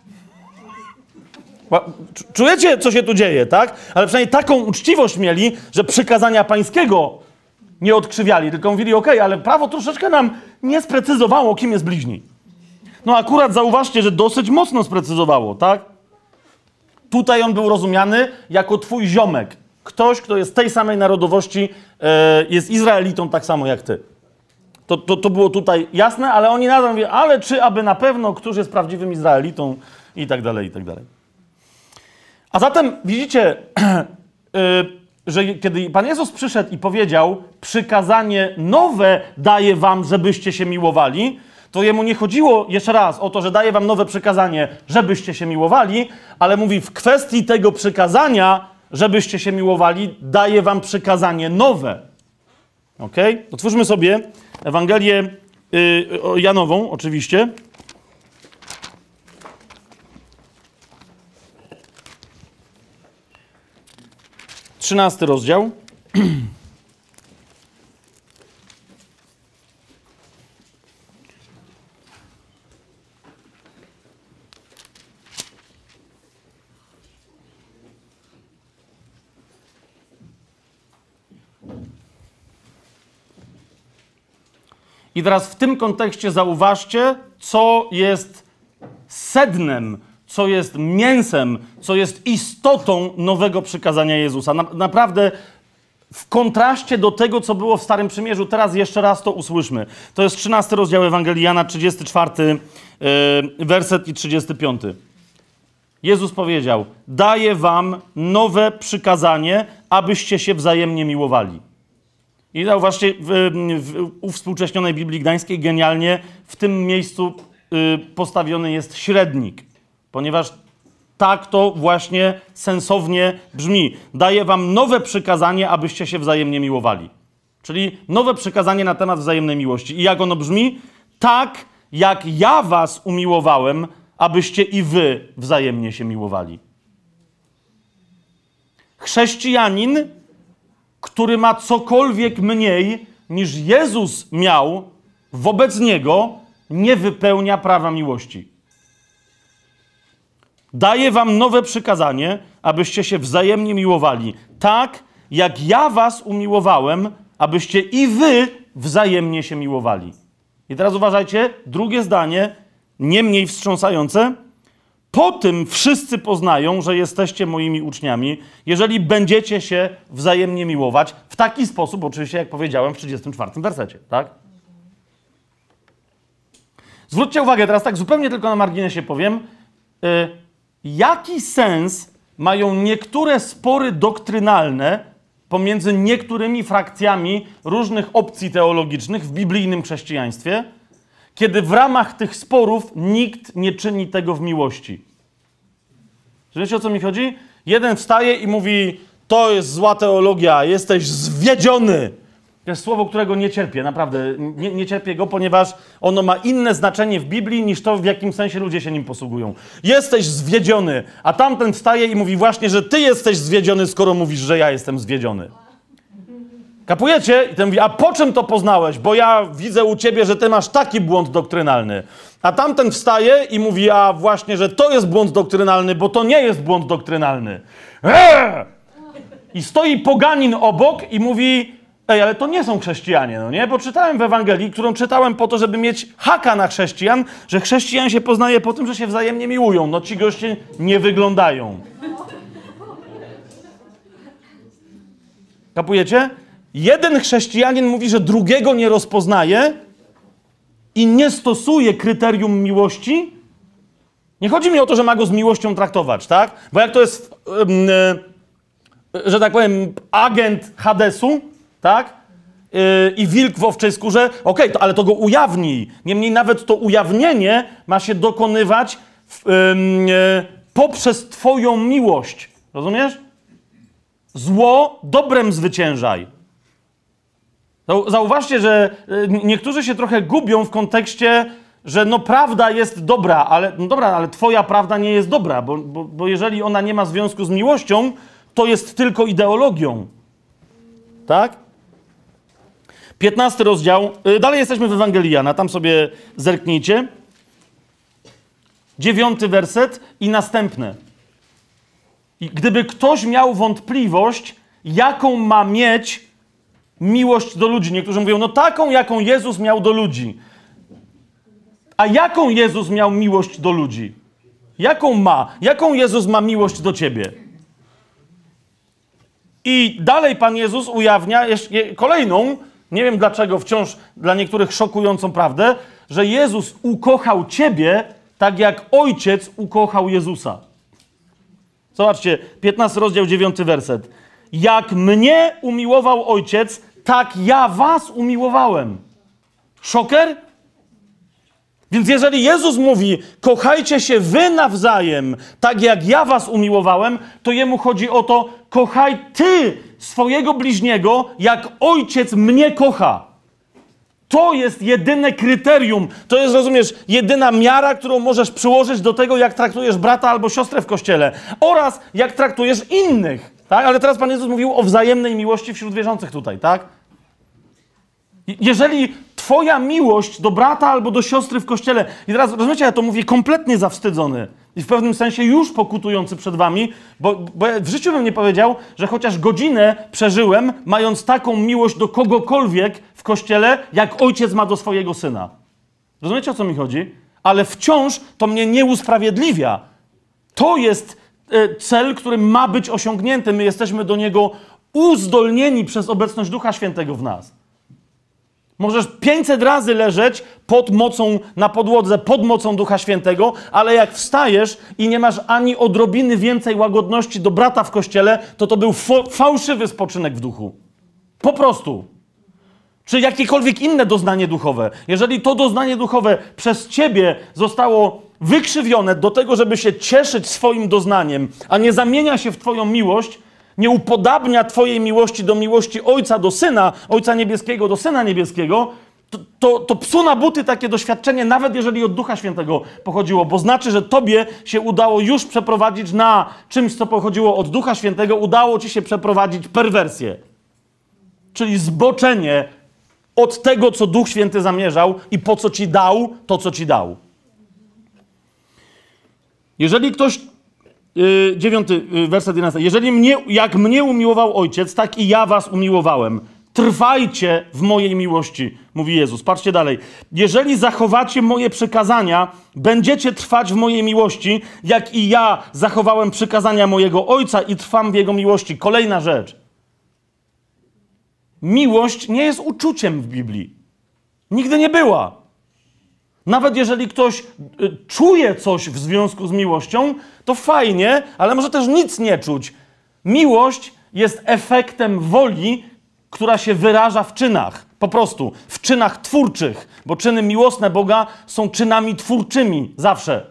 Czujecie, co się tu dzieje, tak? Ale przynajmniej taką uczciwość mieli, że przykazania pańskiego nie odkrzywiali, tylko mówili, okej, ale prawo troszeczkę nam nie sprecyzowało, kim jest bliźni. No akurat zauważcie, że dosyć mocno sprecyzowało, tak? Tutaj on był rozumiany jako twój ziomek. Ktoś, kto jest tej samej narodowości, jest Izraelitą tak samo jak ty. To było tutaj jasne, ale oni nadal mówią, ale czy aby na pewno, któż jest prawdziwym Izraelitą i tak dalej, i tak dalej. A zatem widzicie, że kiedy Pan Jezus przyszedł i powiedział, przykazanie nowe daję wam, żebyście się miłowali, to jemu nie chodziło jeszcze raz o to, że daje wam nowe przykazanie, żebyście się miłowali, ale mówi w kwestii tego przykazania, żebyście się miłowali, daje wam przykazanie nowe. Okej? Otwórzmy sobie Ewangelię Janową, oczywiście. Trzynasty rozdział. I teraz w tym kontekście zauważcie, co jest sednem, co jest mięsem, co jest istotą nowego przykazania Jezusa. Naprawdę w kontraście do tego, co było w Starym Przymierzu, teraz jeszcze raz to usłyszmy. To jest 13 rozdział Ewangelii Jana, 34 werset i 35. Jezus powiedział, daję wam nowe przykazanie, abyście się wzajemnie miłowali. I zauważcie, w uwspółcześnionej Biblii Gdańskiej genialnie w tym miejscu postawiony jest średnik, ponieważ tak to właśnie sensownie brzmi. Daję wam nowe przykazanie, abyście się wzajemnie miłowali. Czyli nowe przykazanie na temat wzajemnej miłości. I jak ono brzmi? Tak, jak ja was umiłowałem, abyście i wy wzajemnie się miłowali. Chrześcijanin, który ma cokolwiek mniej niż Jezus miał wobec niego, nie wypełnia prawa miłości. Daję wam nowe przykazanie, abyście się wzajemnie miłowali. Tak, jak ja was umiłowałem, abyście i wy wzajemnie się miłowali. I teraz uważajcie, drugie zdanie, nie mniej wstrząsające. Po tym wszyscy poznają, że jesteście moimi uczniami, jeżeli będziecie się wzajemnie miłować w taki sposób, oczywiście, jak powiedziałem w 34 wersecie, tak? Zwróćcie uwagę, teraz tak zupełnie tylko na marginesie powiem, jaki sens mają niektóre spory doktrynalne pomiędzy niektórymi frakcjami różnych opcji teologicznych w biblijnym chrześcijaństwie, kiedy w ramach tych sporów nikt nie czyni tego w miłości. Wiecie, o co mi chodzi? Jeden wstaje i mówi, to jest zła teologia, jesteś zwiedziony. To jest słowo, którego nie cierpię, naprawdę. Nie cierpię go, ponieważ ono ma inne znaczenie w Biblii niż to, w jakim sensie ludzie się nim posługują. Jesteś zwiedziony, a tamten wstaje i mówi właśnie, że ty jesteś zwiedziony, skoro mówisz, że ja jestem zwiedziony. Kapujecie? I ten mówi, a po czym to poznałeś? Bo ja widzę u ciebie, że ty masz taki błąd doktrynalny. A tamten wstaje i mówi, a właśnie, że to jest błąd doktrynalny, bo to nie jest błąd doktrynalny. I stoi poganin obok i mówi, ej, ale to nie są chrześcijanie, no nie? Bo czytałem w Ewangelii, którą czytałem po to, żeby mieć haka na chrześcijan, że chrześcijan się poznaje po tym, że się wzajemnie miłują. No ci goście nie wyglądają. Kapujecie? Jeden chrześcijanin mówi, że drugiego nie rozpoznaje i nie stosuje kryterium miłości. Nie chodzi mi o to, że ma go z miłością traktować, tak? Bo jak to jest, że tak powiem, agent Hadesu, tak? I wilk w owczej skórze, okej, ale to go ujawnij. Niemniej nawet to ujawnienie ma się dokonywać poprzez twoją miłość. Rozumiesz? Zło dobrem zwyciężaj. Zauważcie, że niektórzy się trochę gubią w kontekście, że no prawda jest dobra, ale no dobra, ale twoja prawda nie jest dobra, bo jeżeli ona nie ma związku z miłością, to jest tylko ideologią. Tak? 15 rozdział. Dalej jesteśmy w Ewangelii Jana, tam sobie zerknijcie. 9 werset i następne. I gdyby ktoś miał wątpliwość, jaką ma mieć miłość do ludzi. Niektórzy mówią, no taką, jaką Jezus miał do ludzi. A jaką Jezus miał miłość do ludzi? Jaką ma? Jaką Jezus ma miłość do ciebie? I dalej Pan Jezus ujawnia kolejną, nie wiem dlaczego, wciąż dla niektórych szokującą prawdę, że Jezus ukochał ciebie tak jak Ojciec ukochał Jezusa. Zobaczcie, 15 rozdział, 9 werset. Jak mnie umiłował Ojciec, tak ja was umiłowałem. Szoker? Więc jeżeli Jezus mówi, kochajcie się wy nawzajem, tak jak ja was umiłowałem, to jemu chodzi o to, kochaj ty swojego bliźniego, jak Ojciec mnie kocha. To jest jedyne kryterium, to jest, rozumiesz, jedyna miara, którą możesz przyłożyć do tego, jak traktujesz brata albo siostrę w kościele oraz jak traktujesz innych. Tak? Ale teraz Pan Jezus mówił o wzajemnej miłości wśród wierzących tutaj, tak? Jeżeli twoja miłość do brata albo do siostry w kościele, i teraz rozumiecie, ja to mówię kompletnie zawstydzony i w pewnym sensie już pokutujący przed wami, bo ja w życiu bym nie powiedział, że chociaż godzinę przeżyłem, mając taką miłość do kogokolwiek w kościele, jak ojciec ma do swojego syna. Rozumiecie, o co mi chodzi? Ale wciąż to mnie nie usprawiedliwia. To jest cel, który ma być osiągnięty. My jesteśmy do niego uzdolnieni przez obecność Ducha Świętego w nas. Możesz 500 razy leżeć pod mocą, na podłodze, pod mocą Ducha Świętego, ale jak wstajesz i nie masz ani odrobiny więcej łagodności do brata w kościele, to był fałszywy spoczynek w duchu. Po prostu. Czy jakiekolwiek inne doznanie duchowe. Jeżeli to doznanie duchowe przez ciebie zostało wykrzywione do tego, żeby się cieszyć swoim doznaniem, a nie zamienia się w twoją miłość, nie upodabnia twojej miłości do miłości Ojca do Syna, Ojca Niebieskiego do Syna Niebieskiego, to psu na buty takie doświadczenie, nawet jeżeli od Ducha Świętego pochodziło, bo znaczy, że tobie się udało już przeprowadzić na czymś, co pochodziło od Ducha Świętego, udało ci się przeprowadzić perwersję. Czyli zboczenie od tego, co Duch Święty zamierzał i po co ci dał to, co ci dał. Jeżeli ktoś... 9 werset 11. Jeżeli jak mnie umiłował Ojciec, tak i ja was umiłowałem. Trwajcie w mojej miłości, mówi Jezus. Patrzcie dalej. Jeżeli zachowacie moje przykazania, będziecie trwać w mojej miłości, jak i ja zachowałem przykazania mojego Ojca i trwam w Jego miłości. Kolejna rzecz. Miłość nie jest uczuciem w Biblii. Nigdy nie była. Nawet jeżeli ktoś czuje coś w związku z miłością, to fajnie, ale może też nic nie czuć. Miłość jest efektem woli, która się wyraża w czynach. Po prostu. W czynach twórczych. Bo czyny miłosne Boga są czynami twórczymi. Zawsze.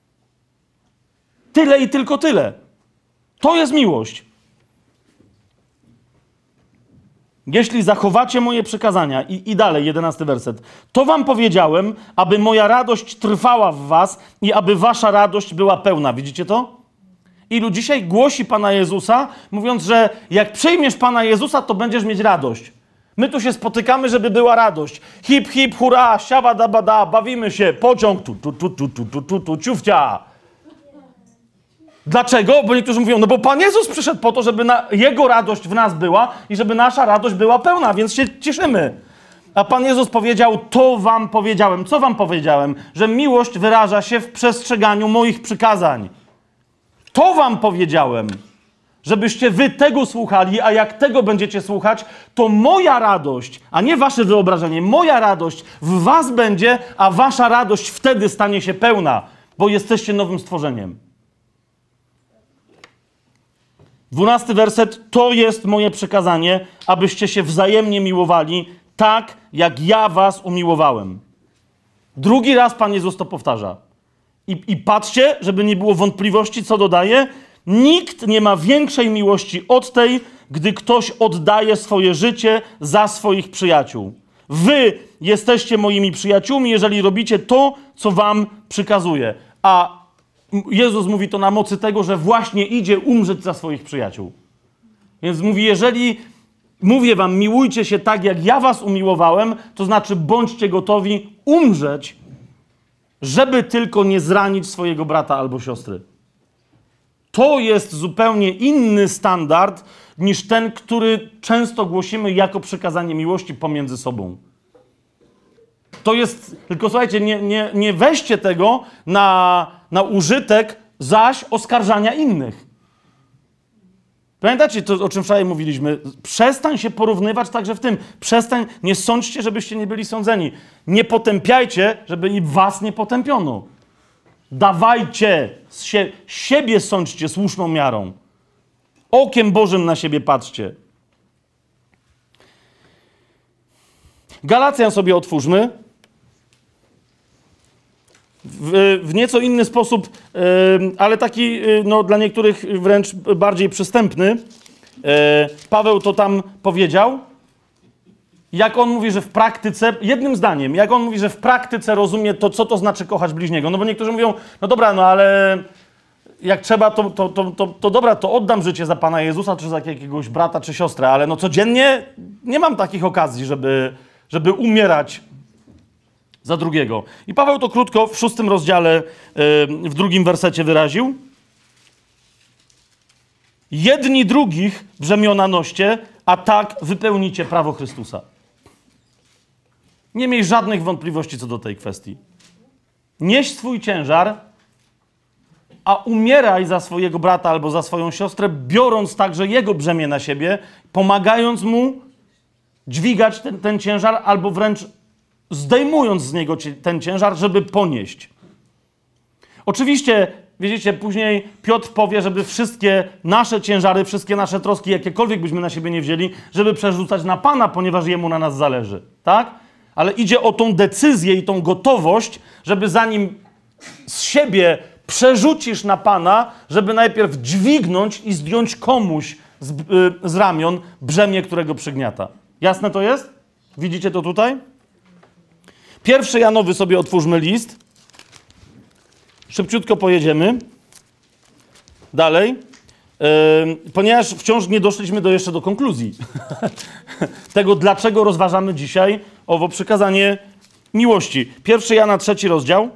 Tyle i tylko tyle. To jest miłość. jeśli zachowacie moje przykazania, i dalej, 11 werset, to wam powiedziałem, aby moja radość trwała w was i aby wasza radość była pełna. Widzicie to? Ilu dzisiaj głosi Pana Jezusa, mówiąc, że jak przyjmiesz Pana Jezusa, to będziesz mieć radość. My tu się spotykamy, żeby była radość. Hip, hip, hurra, siaba, da, bada, bawimy się, pociąg, ciufcia. Dlaczego? Bo niektórzy mówią, no bo Pan Jezus przyszedł po to, żeby Jego radość w nas była i żeby nasza radość była pełna, więc się cieszymy. A Pan Jezus powiedział, to wam powiedziałem. Co wam powiedziałem? Że miłość wyraża się w przestrzeganiu moich przykazań. To wam powiedziałem, żebyście wy tego słuchali, a jak tego będziecie słuchać, to moja radość, a nie wasze wyobrażenie, moja radość w was będzie, a wasza radość wtedy stanie się pełna, bo jesteście nowym stworzeniem. 12 werset, to jest moje przykazanie, abyście się wzajemnie miłowali, tak jak ja was umiłowałem. Drugi raz Pan Jezus to powtarza. I patrzcie, żeby nie było wątpliwości, co dodaje. Nikt nie ma większej miłości od tej, gdy ktoś oddaje swoje życie za swoich przyjaciół. Wy jesteście moimi przyjaciółmi, jeżeli robicie to, co wam przykazuję. A Jezus mówi to na mocy tego, że właśnie idzie umrzeć za swoich przyjaciół. Więc mówi, jeżeli mówię wam, miłujcie się tak, jak ja was umiłowałem, to znaczy bądźcie gotowi umrzeć, żeby tylko nie zranić swojego brata albo siostry. To jest zupełnie inny standard niż ten, który często głosimy jako przykazanie miłości pomiędzy sobą. To jest, tylko słuchajcie, nie weźcie tego na użytek zaś oskarżania innych. Pamiętacie to, o czym wczoraj mówiliśmy? Przestań się porównywać także w tym. Przestań, nie sądźcie, żebyście nie byli sądzeni. Nie potępiajcie, żeby i was nie potępiono. Dawajcie, siebie sądźcie słuszną miarą. Okiem Bożym na siebie patrzcie. Galacjan sobie otwórzmy. W nieco inny sposób, ale taki no, dla niektórych wręcz bardziej przystępny. Paweł to tam powiedział. Jak on mówi, że w praktyce, jednym zdaniem, jak on mówi, że w praktyce rozumie to, co to znaczy kochać bliźniego. No bo niektórzy mówią, no dobra, no ale jak trzeba, to dobra, to oddam życie za Pana Jezusa, czy za jakiegoś brata, czy siostrę, ale no codziennie nie mam takich okazji, żeby umierać za drugiego. I Paweł to krótko w 6 rozdziale, w 2 wersecie wyraził. Jedni drugich brzemiona noście, a tak wypełnicie prawo Chrystusa. Nie miej żadnych wątpliwości co do tej kwestii. Nieś swój ciężar, a umieraj za swojego brata albo za swoją siostrę, biorąc także jego brzemię na siebie, pomagając mu dźwigać ten ciężar, albo wręcz zdejmując z niego ten ciężar, żeby ponieść. Oczywiście, wiecie, później Piotr powie, żeby wszystkie nasze ciężary, wszystkie nasze troski, jakiekolwiek byśmy na siebie nie wzięli, żeby przerzucać na Pana, ponieważ Jemu na nas zależy. Tak? Ale idzie o tą decyzję i tą gotowość, żeby zanim z siebie przerzucisz na Pana, żeby najpierw dźwignąć i zdjąć komuś z ramion brzemię, którego przygniata. Jasne to jest? Widzicie to tutaj? 1 Janowy sobie otwórzmy list. Szybciutko pojedziemy. Dalej. Ponieważ wciąż nie doszliśmy jeszcze do konkluzji. Tego, dlaczego rozważamy dzisiaj owo przykazanie miłości. 1 Jana 3 rozdział.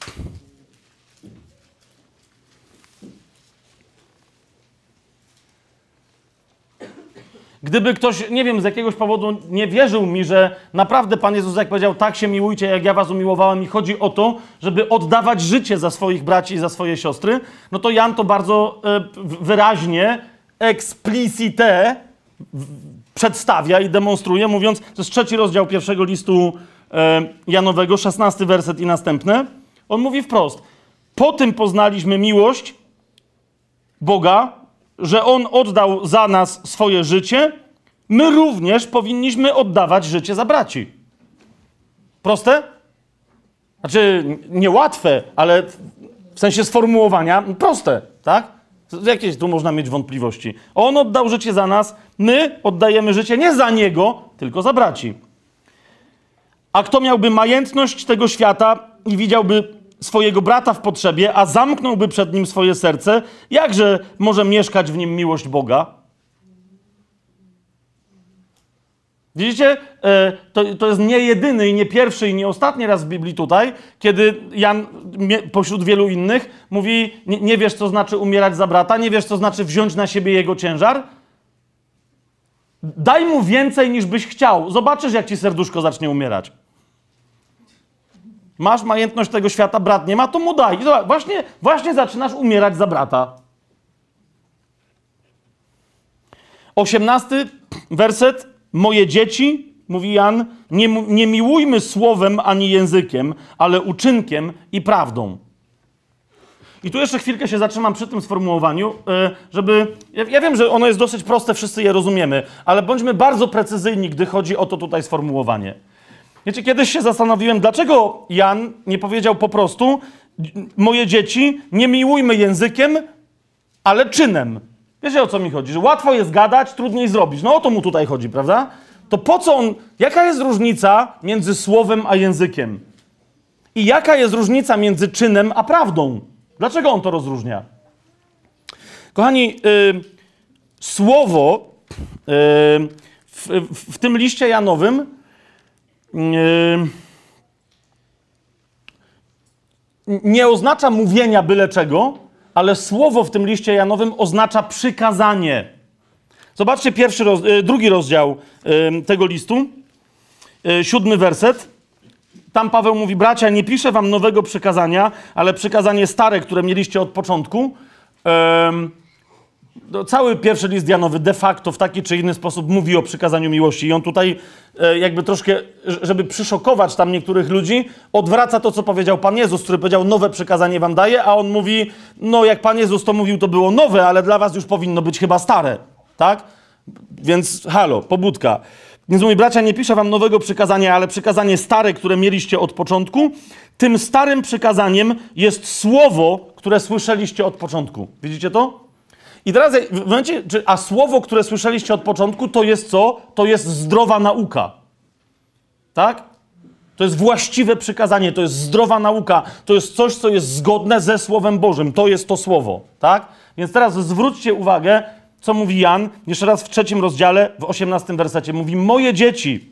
Gdyby ktoś, nie wiem, z jakiegoś powodu nie wierzył mi, że naprawdę Pan Jezus, jak powiedział, tak się miłujcie, jak ja was umiłowałem, i chodzi o to, żeby oddawać życie za swoich braci i za swoje siostry, no to Jan to bardzo wyraźnie, explicite przedstawia i demonstruje, mówiąc, to jest 3 rozdział 1 listu Janowego, 16 werset i następne. On mówi wprost, po tym poznaliśmy miłość Boga, że On oddał za nas swoje życie, my również powinniśmy oddawać życie za braci. Proste? Znaczy, niełatwe, ale w sensie sformułowania proste, tak? Jakieś tu można mieć wątpliwości. On oddał życie za nas, my oddajemy życie nie za Niego, tylko za braci. A kto miałby majętność tego świata i widziałby swojego brata w potrzebie, a zamknąłby przed nim swoje serce, jakże może mieszkać w nim miłość Boga? Widzicie? To jest nie jedyny i nie pierwszy i nie ostatni raz w Biblii tutaj, kiedy Jan pośród wielu innych mówi, nie wiesz, co znaczy umierać za brata, nie wiesz, co znaczy wziąć na siebie jego ciężar. Daj mu więcej, niż byś chciał. Zobaczysz, jak ci serduszko zacznie umierać. Masz majętność tego świata, brat nie ma, to mu daj. I zobacz, właśnie zaczynasz umierać za brata. 18 werset. Moje dzieci, mówi Jan, nie miłujmy słowem ani językiem, ale uczynkiem i prawdą. I tu jeszcze chwilkę się zatrzymam przy tym sformułowaniu, żeby... Ja wiem, że ono jest dosyć proste, wszyscy je rozumiemy, ale bądźmy bardzo precyzyjni, gdy chodzi o to tutaj sformułowanie. Wiecie, kiedyś się zastanowiłem, dlaczego Jan nie powiedział po prostu moje dzieci, nie miłujmy językiem, ale czynem. Wiecie, o co mi chodzi? Że łatwo jest gadać, trudniej zrobić. No o to mu tutaj chodzi, prawda? To po co on... Jaka jest różnica między słowem a językiem? I jaka jest różnica między czynem a prawdą? Dlaczego on to rozróżnia? Kochani, słowo w tym liście Janowym nie oznacza mówienia byle czego, ale słowo w tym liście Janowym oznacza przykazanie. Zobaczcie drugi rozdział tego listu, 7 werset. Tam Paweł mówi, bracia, nie piszę wam nowego przykazania, ale przykazanie stare, które mieliście od początku. Cały pierwszy list Janowy de facto w taki czy inny sposób mówi o przykazaniu miłości. I on tutaj jakby troszkę, żeby przyszokować tam niektórych ludzi, odwraca to, co powiedział Pan Jezus, który powiedział, nowe przykazanie wam daję, a on mówi, no jak Pan Jezus to mówił, to było nowe, ale dla was już powinno być chyba stare. Tak? Więc halo, pobudka. Więc mówi, bracia, nie piszę wam nowego przykazania, ale przykazanie stare, które mieliście od początku. Tym starym przykazaniem jest słowo, które słyszeliście od początku. Widzicie to? I teraz w momencie, a słowo, które słyszeliście od początku, to jest co? To jest zdrowa nauka. Tak? To jest właściwe przykazanie, to jest zdrowa nauka, to jest coś, co jest zgodne ze Słowem Bożym. To jest to słowo. Tak? Więc teraz zwróćcie uwagę, co mówi Jan, jeszcze raz w 3 rozdziale, w 18 wersecie. Mówi, moje dzieci,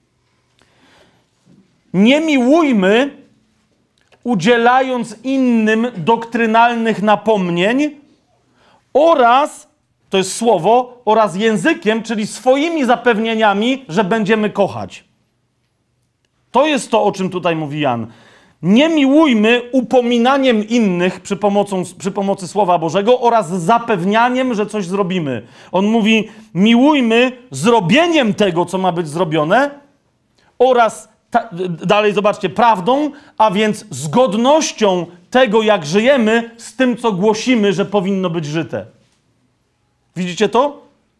nie miłujmy, udzielając innym doktrynalnych napomnień oraz, to jest słowo, oraz językiem, czyli swoimi zapewnieniami, że będziemy kochać. To jest to, o czym tutaj mówi Jan. Nie miłujmy upominaniem innych przy pomocy Słowa Bożego oraz zapewnianiem, że coś zrobimy. On mówi, miłujmy zrobieniem tego, co ma być zrobione oraz, dalej zobaczcie, prawdą, a więc zgodnością tego, jak żyjemy z tym, co głosimy, że powinno być żyte. Widzicie to?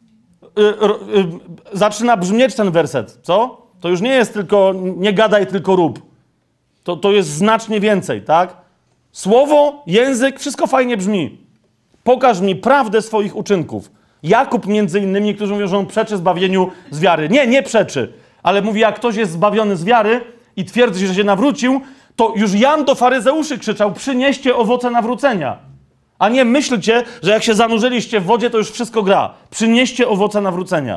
Zaczyna brzmieć ten werset, co? To już nie jest tylko, nie gadaj, tylko rób. To jest znacznie więcej, tak? Słowo, język, wszystko fajnie brzmi. Pokaż mi prawdę swoich uczynków. Jakub między innymi, którzy mówią, że on przeczy zbawieniu z wiary. Nie przeczy. Ale mówi, jak ktoś jest zbawiony z wiary i twierdzi, że się nawrócił, to już Jan do faryzeuszy krzyczał, przynieście owoce nawrócenia. A nie myślcie, że jak się zanurzyliście w wodzie, to już wszystko gra. Przynieście owoce nawrócenia.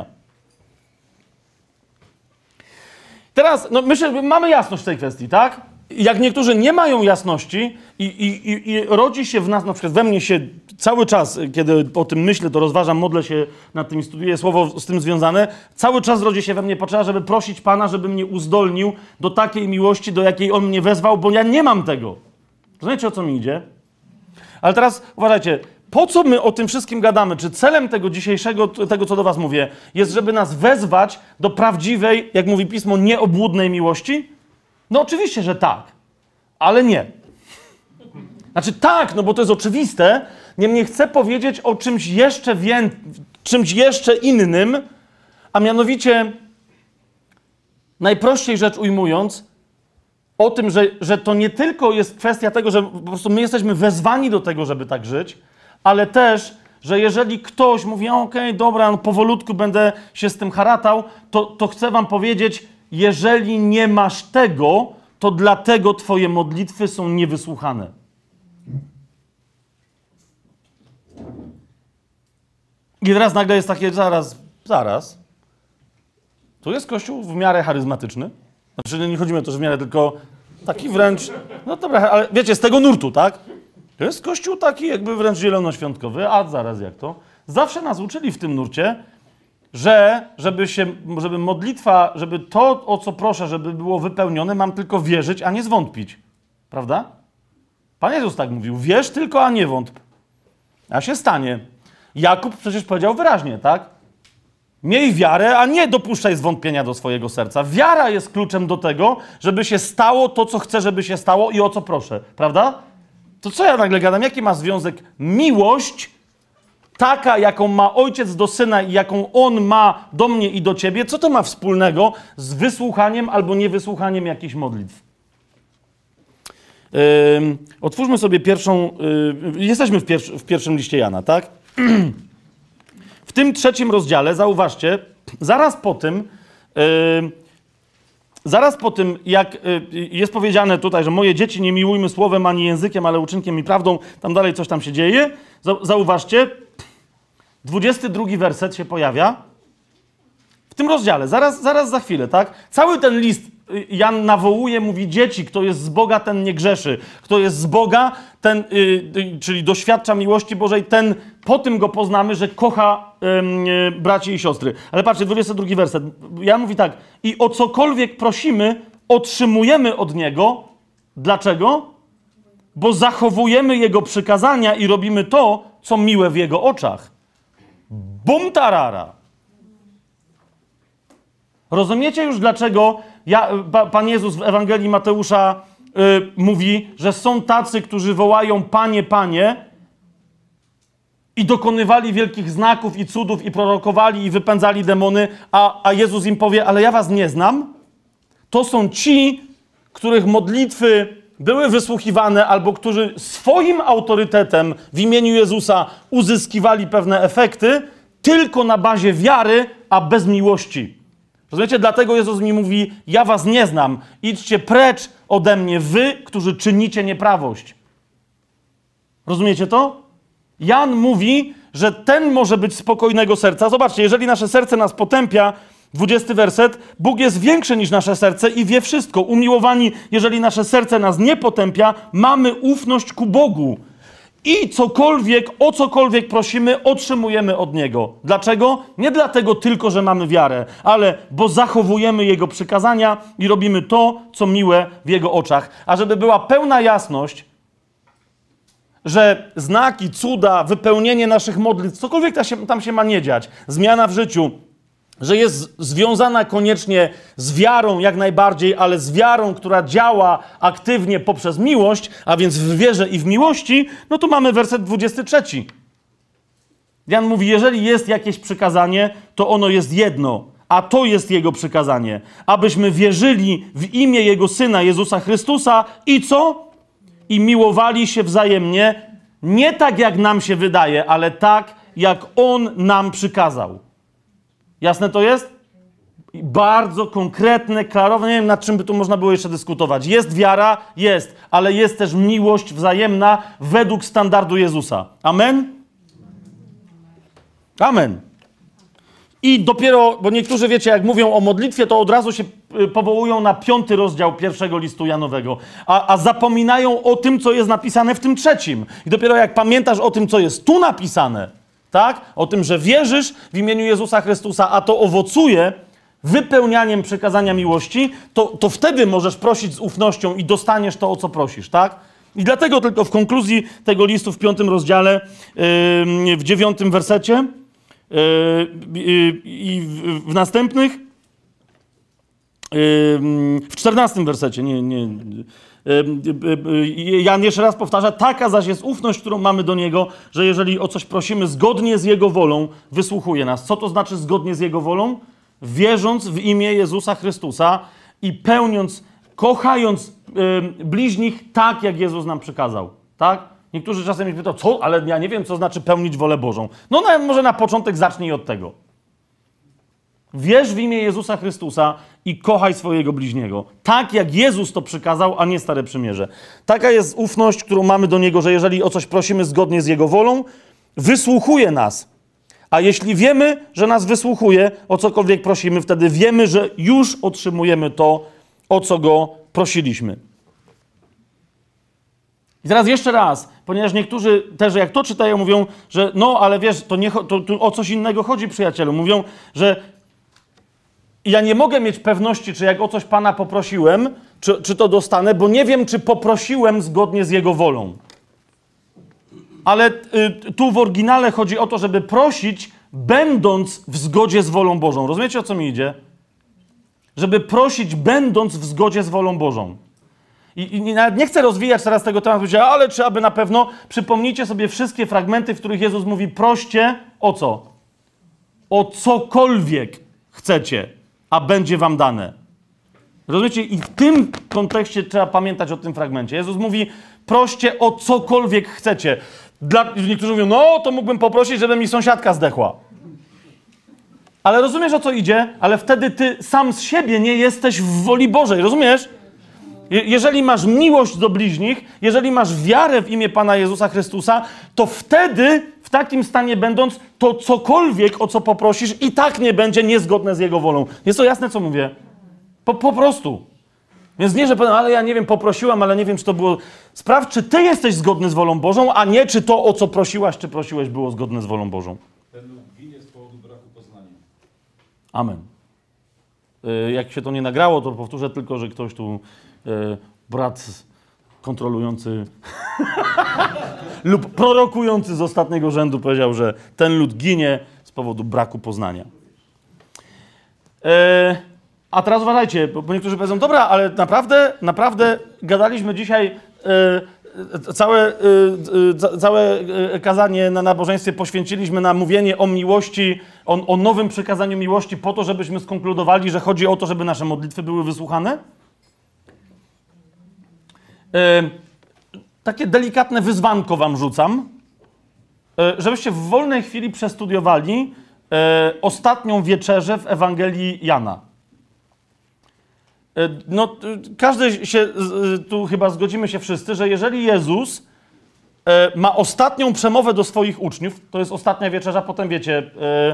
Teraz, no myślę, że mamy jasność w tej kwestii, tak? Jak niektórzy nie mają jasności i rodzi się w nas, na przykład we mnie się cały czas, kiedy o tym myślę, to rozważam, modlę się nad tym i studiuję słowo z tym związane, cały czas rodzi się we mnie potrzeba, żeby prosić Pana, żeby mnie uzdolnił do takiej miłości, do jakiej On mnie wezwał, bo ja nie mam tego. Rozumiecie, o co mi idzie? Ale teraz uważajcie, po co my o tym wszystkim gadamy? Czy celem tego dzisiejszego, tego co do was mówię, jest, żeby nas wezwać do prawdziwej, jak mówi Pismo, nieobłudnej miłości? No oczywiście, że tak, ale nie. Znaczy tak, no bo to jest oczywiste, niemniej chcę powiedzieć o czymś jeszcze czymś jeszcze innym, a mianowicie, najprościej rzecz ujmując, o tym, że to nie tylko jest kwestia tego, że po prostu my jesteśmy wezwani do tego, żeby tak żyć, ale też, że jeżeli ktoś mówi, okej, dobra, no powolutku będę się z tym haratał, to chcę wam powiedzieć, jeżeli nie masz tego, to dlatego twoje modlitwy są niewysłuchane. I teraz nagle jest takie, zaraz. To jest kościół w miarę charyzmatyczny. Znaczy nie chodzi mi o to, że w miarę, tylko taki wręcz, no dobra, ale wiecie, z tego nurtu, tak? To jest kościół taki jakby wręcz zielonoświątkowy, a zaraz jak to? Zawsze nas uczyli w tym nurcie, żeby modlitwa, żeby to, o co proszę, żeby było wypełnione, mam tylko wierzyć, a nie zwątpić. Prawda? Pan Jezus tak mówił, wierz tylko, a nie wątp. A się stanie. Jakub przecież powiedział wyraźnie, tak? Miej wiarę, a nie dopuszczaj zwątpienia do swojego serca. Wiara jest kluczem do tego, żeby się stało to, co chcę, żeby się stało i o co proszę. Prawda? To co ja nagle gadam? Jaki ma związek miłość, taka, jaką ma ojciec do syna i jaką on ma do mnie i do ciebie, co to ma wspólnego z wysłuchaniem albo niewysłuchaniem jakichś modlitw? Otwórzmy sobie pierwszą... jesteśmy w pierwszym liście Jana, tak? W tym 3 rozdziale, zauważcie, zaraz po tym, jak jest powiedziane tutaj, że moje dzieci nie miłujmy słowem ani językiem, ale uczynkiem i prawdą, tam dalej coś tam się dzieje. Zauważcie, 22 werset się pojawia w tym rozdziale, zaraz za chwilę, tak? Cały ten list Jan nawołuje, mówi, dzieci, kto jest z Boga, ten nie grzeszy. Kto jest z Boga, ten, czyli doświadcza miłości Bożej, ten, po tym go poznamy, że kocha braci i siostry. Ale patrzcie, 22 werset. Jan mówi tak, i o cokolwiek prosimy, otrzymujemy od Niego. Dlaczego? Bo zachowujemy Jego przykazania i robimy to, co miłe w Jego oczach. Bum tarara. Rozumiecie już, dlaczego Pan Jezus w Ewangelii Mateusza mówi, że są tacy, którzy wołają Panie, Panie i dokonywali wielkich znaków i cudów i prorokowali i wypędzali demony, a Jezus im powie, ale ja was nie znam. To są ci, których modlitwy były wysłuchiwane albo którzy swoim autorytetem w imieniu Jezusa uzyskiwali pewne efekty tylko na bazie wiary, a bez miłości. Rozumiecie? Dlatego Jezus mi mówi, ja was nie znam, idźcie precz ode mnie, wy, którzy czynicie nieprawość. Rozumiecie to? Jan mówi, że ten może być spokojnego serca. Zobaczcie, jeżeli nasze serce nas potępia, 20 werset, Bóg jest większy niż nasze serce i wie wszystko. Umiłowani, jeżeli nasze serce nas nie potępia, mamy ufność ku Bogu. I o cokolwiek prosimy, otrzymujemy od Niego. Dlaczego? Nie dlatego tylko, że mamy wiarę, ale bo zachowujemy Jego przykazania i robimy to, co miłe w Jego oczach. A żeby była pełna jasność, że znaki, cuda, wypełnienie naszych modlitw, cokolwiek tam się ma nie dziać, zmiana w życiu, że jest związana koniecznie z wiarą jak najbardziej, ale z wiarą, która działa aktywnie poprzez miłość, a więc w wierze i w miłości, no to mamy werset 23. Jan mówi, jeżeli jest jakieś przykazanie, to ono jest jedno, a to jest Jego przykazanie, abyśmy wierzyli w imię Jego Syna, Jezusa Chrystusa i co? I miłowali się wzajemnie, nie tak jak nam się wydaje, ale tak jak On nam przykazał. Jasne to jest? Bardzo konkretne, klarowne. Nie wiem, nad czym by tu można było jeszcze dyskutować. Jest wiara? Jest. Ale jest też miłość wzajemna według standardu Jezusa. Amen? Amen. I dopiero, bo niektórzy, wiecie, jak mówią o modlitwie, to od razu się powołują na 5 rozdział 1 listu Janowego, a zapominają o tym, co jest napisane w tym 3. I dopiero jak pamiętasz o tym, co jest tu napisane, tak? O tym, że wierzysz w imieniu Jezusa Chrystusa, a to owocuje wypełnianiem przekazania miłości, to wtedy możesz prosić z ufnością i dostaniesz to, o co prosisz, tak? I dlatego tylko w konkluzji tego listu w 5 rozdziale, w 9 wersecie i w następnych, w 14 wersecie, Jan jeszcze raz powtarza, taka zaś jest ufność, którą mamy do Niego, że jeżeli o coś prosimy zgodnie z Jego wolą, wysłuchuje nas. Co to znaczy zgodnie z Jego wolą? Wierząc w imię Jezusa Chrystusa i pełniąc, kochając bliźnich tak, jak Jezus nam przykazał. Tak? Niektórzy czasem mi pytają, co? Ale ja nie wiem, co znaczy pełnić wolę Bożą. No może na początek zacznij od tego. Wierz w imię Jezusa Chrystusa i kochaj swojego bliźniego. Tak jak Jezus to przykazał, a nie Stare Przymierze. Taka jest ufność, którą mamy do Niego, że jeżeli o coś prosimy zgodnie z Jego wolą, wysłuchuje nas. A jeśli wiemy, że nas wysłuchuje, o cokolwiek prosimy, wtedy wiemy, że już otrzymujemy to, o co Go prosiliśmy. I teraz jeszcze raz, ponieważ niektórzy też jak to czytają, mówią, że no, ale wiesz, to o coś innego chodzi, przyjacielu. Mówią, że ja nie mogę mieć pewności, czy jak o coś Pana poprosiłem, czy to dostanę, bo nie wiem, czy poprosiłem zgodnie z Jego wolą. Ale tu w oryginale chodzi o to, żeby prosić, będąc w zgodzie z wolą Bożą. Rozumiecie, o co mi idzie? Żeby prosić, będąc w zgodzie z wolą Bożą. I nawet nie chcę rozwijać teraz tego tematu, ale czy aby na pewno przypomnijcie sobie wszystkie fragmenty, w których Jezus mówi, proście o co? O cokolwiek chcecie, a będzie wam dane. Rozumiecie? I w tym kontekście trzeba pamiętać o tym fragmencie. Jezus mówi, proście o cokolwiek chcecie. Niektórzy mówią, no to mógłbym poprosić, żeby mi sąsiadka zdechła. Ale rozumiesz, o co idzie? Ale wtedy ty sam z siebie nie jesteś w woli Bożej, rozumiesz? Jeżeli masz miłość do bliźnich, jeżeli masz wiarę w imię Pana Jezusa Chrystusa, to wtedy, w takim stanie będąc, to cokolwiek, o co poprosisz, i tak nie będzie niezgodne z Jego wolą. Jest to jasne, co mówię? Po prostu. Więc nie, że powiem, ale ja nie wiem, poprosiłam, ale nie wiem, czy to było... Sprawdź, czy ty jesteś zgodny z wolą Bożą, a nie, czy to, o co prosiłaś, czy prosiłeś, było zgodne z wolą Bożą. Ten ginie z powodu braku poznania. Amen. Jak się to nie nagrało, to powtórzę tylko, że ktoś tu... brat kontrolujący lub prorokujący z ostatniego rzędu powiedział, że ten lud ginie z powodu braku poznania. A teraz uważajcie, bo niektórzy powiedzą, dobra, ale naprawdę gadaliśmy dzisiaj całe kazanie na nabożeństwie poświęciliśmy na mówienie o miłości, o nowym przykazaniu miłości po to, żebyśmy skonkludowali, że chodzi o to, żeby nasze modlitwy były wysłuchane? Takie delikatne wyzwanko wam rzucam, żebyście w wolnej chwili przestudiowali ostatnią wieczerzę w Ewangelii Jana. No, każdy się, tu chyba zgodzimy się wszyscy, że jeżeli Jezus ma ostatnią przemowę do swoich uczniów, to jest ostatnia wieczerza, potem wiecie,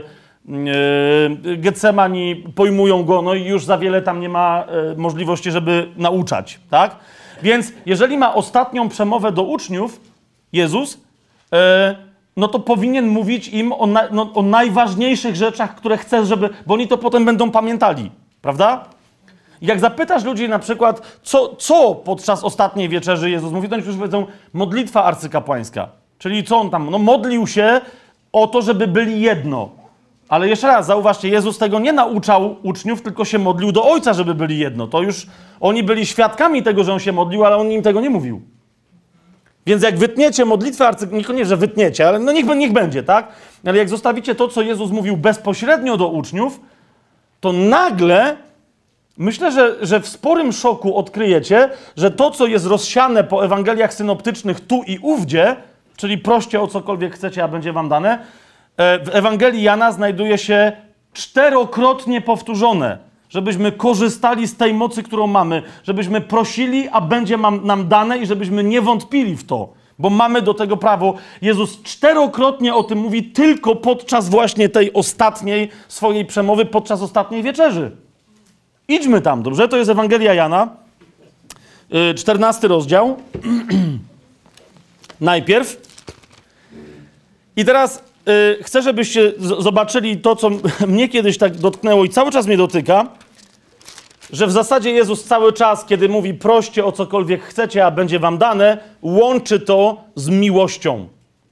Getsemani pojmują go, no i już za wiele tam nie ma możliwości, żeby nauczać, tak? Więc jeżeli ma ostatnią przemowę do uczniów, Jezus, no to powinien mówić im o najważniejszych rzeczach, które chce, żeby... Bo oni to potem będą pamiętali, prawda? Jak zapytasz ludzi na przykład, co podczas ostatniej wieczerzy Jezus mówi, to niektórzy powiedzą modlitwa arcykapłańska. Czyli co on tam? No modlił się o to, żeby byli jedno. Ale jeszcze raz, zauważcie, Jezus tego nie nauczał uczniów, tylko się modlił do Ojca, żeby byli jedno. To już oni byli świadkami tego, że On się modlił, ale On im tego nie mówił. Więc jak wytniecie modlitwę arcykapłańską, nie, że wytniecie, ale no niech będzie, tak? Ale jak zostawicie to, co Jezus mówił bezpośrednio do uczniów, to nagle, myślę, że w sporym szoku odkryjecie, że to, co jest rozsiane po Ewangeliach synoptycznych tu i ówdzie, czyli proście o cokolwiek chcecie, a będzie wam dane, w Ewangelii Jana znajduje się 4-krotnie powtórzone, żebyśmy korzystali z tej mocy, którą mamy, żebyśmy prosili, a będzie nam dane i żebyśmy nie wątpili w to, bo mamy do tego prawo. Jezus 4-krotnie o tym mówi tylko podczas właśnie tej ostatniej swojej przemowy, podczas ostatniej wieczerzy. Idźmy tam, dobrze? To jest Ewangelia Jana, 14 rozdział. Najpierw. I teraz chcę, żebyście zobaczyli to, co mnie kiedyś tak dotknęło i cały czas mnie dotyka, że w zasadzie Jezus cały czas, kiedy mówi proście o cokolwiek chcecie, a będzie wam dane, łączy to z miłością.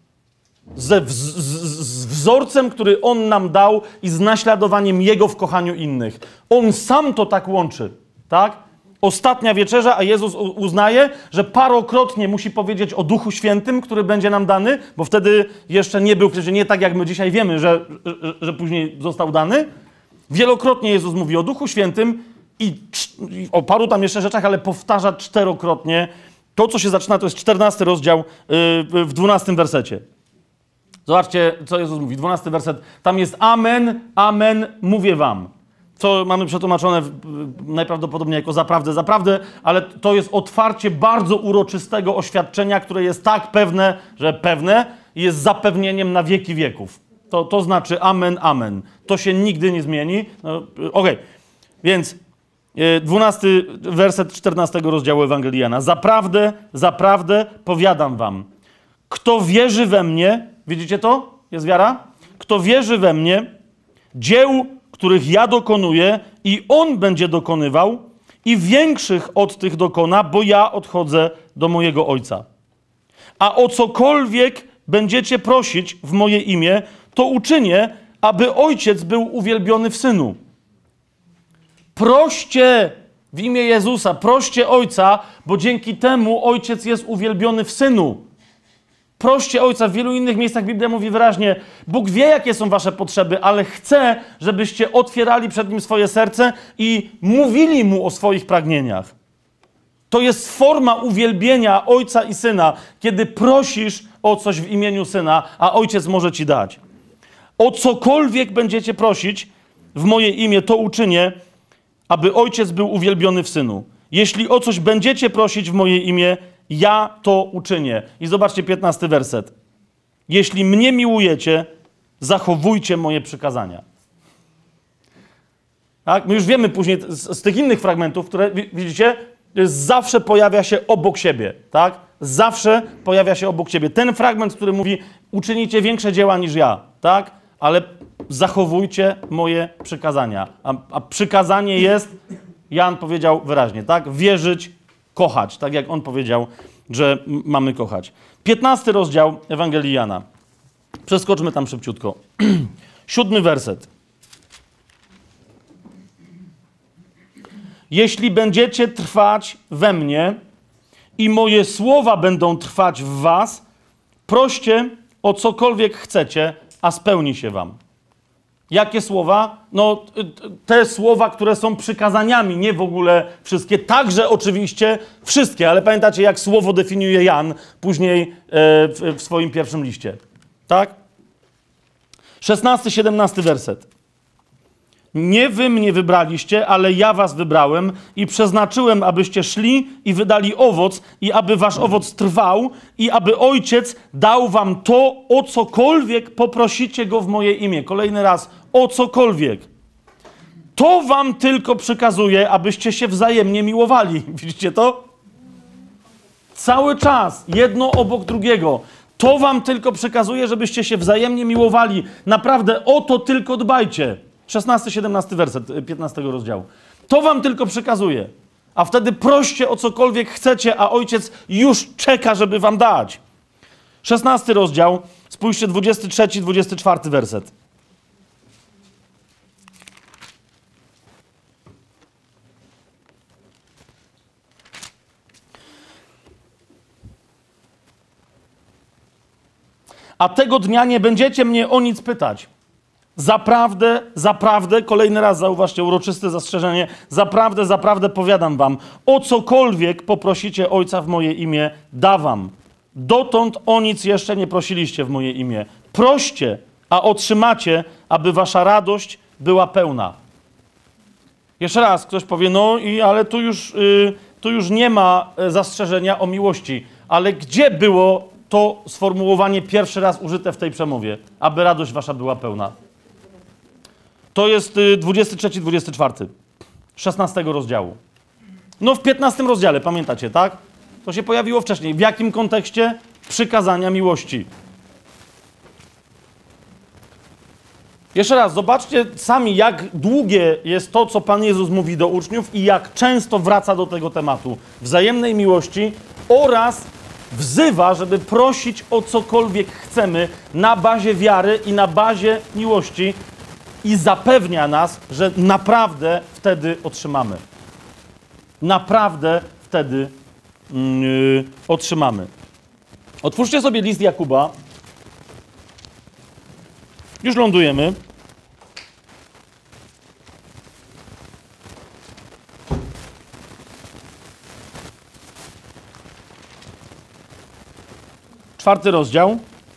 Z wzorcem, który On nam dał i z naśladowaniem Jego w kochaniu innych. On sam to tak łączy, tak? Ostatnia wieczerza, a Jezus uznaje, że parokrotnie musi powiedzieć o Duchu Świętym, który będzie nam dany, bo wtedy jeszcze nie był, przecież nie tak jak my dzisiaj wiemy, że później został dany. Wielokrotnie Jezus mówi o Duchu Świętym i o paru tam jeszcze rzeczach, ale powtarza 4-krotnie To, co się zaczyna, to jest 14 rozdział w 12 wersecie. Zobaczcie, co Jezus mówi. 12 werset. Tam jest amen, amen, mówię wam. Co mamy przetłumaczone najprawdopodobniej jako zaprawdę, zaprawdę, ale to jest otwarcie bardzo uroczystego oświadczenia, które jest tak pewne, że pewne jest zapewnieniem na wieki wieków. To znaczy amen, amen. To się nigdy nie zmieni. No, okej. Więc 12 werset 14 rozdziału Ewangelii Jana. Zaprawdę, zaprawdę powiadam wam. Kto wierzy we mnie, widzicie to? Jest wiara? Kto wierzy we mnie, dzieł, których ja dokonuję, i on będzie dokonywał, i większych od tych dokona, bo ja odchodzę do mojego Ojca. A o cokolwiek będziecie prosić w moje imię, to uczynię, aby Ojciec był uwielbiony w Synu. Proście w imię Jezusa, proście Ojca, bo dzięki temu Ojciec jest uwielbiony w Synu. Proście Ojca. W wielu innych miejscach Biblia mówi wyraźnie, Bóg wie, jakie są wasze potrzeby, ale chce, żebyście otwierali przed Nim swoje serce i mówili Mu o swoich pragnieniach. To jest forma uwielbienia Ojca i Syna, kiedy prosisz o coś w imieniu Syna, a Ojciec może ci dać. O cokolwiek będziecie prosić w moje imię, to uczynię, aby Ojciec był uwielbiony w Synu. Jeśli o coś będziecie prosić w moje imię, ja to uczynię. I zobaczcie 15 werset. Jeśli mnie miłujecie, zachowujcie moje przykazania. Tak? My już wiemy później z tych innych fragmentów, które widzicie, zawsze pojawia się obok siebie. Tak? Zawsze pojawia się obok siebie. Ten fragment, który mówi, uczynicie większe dzieła niż ja. Tak? Ale zachowujcie moje przykazania. A przykazanie jest, Jan powiedział wyraźnie, tak? Wierzyć, kochać, tak jak on powiedział, że mamy kochać. 15 rozdział Ewangelii Jana. Przeskoczmy tam szybciutko. 7 werset. Jeśli będziecie trwać we mnie i moje słowa będą trwać w was, proście o cokolwiek chcecie, a spełni się wam. Jakie słowa? No, te słowa, które są przykazaniami, nie w ogóle wszystkie. Także oczywiście wszystkie, ale pamiętacie, jak słowo definiuje Jan później w swoim pierwszym liście. Tak? 16-17 werset. Nie wy mnie wybraliście, ale ja was wybrałem i przeznaczyłem, abyście szli i wydali owoc i aby wasz owoc trwał i aby Ojciec dał wam to, o cokolwiek poprosicie Go w moje imię. Kolejny raz, o cokolwiek. To wam tylko przykazuje, abyście się wzajemnie miłowali. Widzicie to? Cały czas, jedno obok drugiego. To wam tylko przykazuje, żebyście się wzajemnie miłowali. Naprawdę, o to tylko dbajcie. 16-17 werset 15 rozdziału. To wam tylko przykazuje. A wtedy proście o cokolwiek chcecie, a Ojciec już czeka, żeby wam dać. 16 rozdział, spójrzcie, 23-24 werset. A tego dnia nie będziecie mnie o nic pytać. Zaprawdę, zaprawdę, kolejny raz zauważcie, uroczyste zastrzeżenie, zaprawdę, zaprawdę powiadam wam, o cokolwiek poprosicie Ojca w moje imię, da wam. Dotąd o nic jeszcze nie prosiliście w moje imię. Proście, a otrzymacie, aby wasza radość była pełna. Jeszcze raz, ktoś powie, no i ale tu już nie ma zastrzeżenia o miłości. Ale gdzie było to sformułowanie pierwszy raz użyte w tej przemowie? Aby radość wasza była pełna. To jest 23-24, 16 rozdziału. No w 15 rozdziale, pamiętacie, tak? To się pojawiło wcześniej. W jakim kontekście? Przykazania miłości. Jeszcze raz, zobaczcie sami, jak długie jest to, co Pan Jezus mówi do uczniów i jak często wraca do tego tematu wzajemnej miłości oraz wzywa, żeby prosić o cokolwiek chcemy na bazie wiary i na bazie miłości i zapewnia nas, że naprawdę wtedy otrzymamy. Naprawdę wtedy otrzymamy. Otwórzcie sobie list Jakuba. Już lądujemy. 4 rozdział.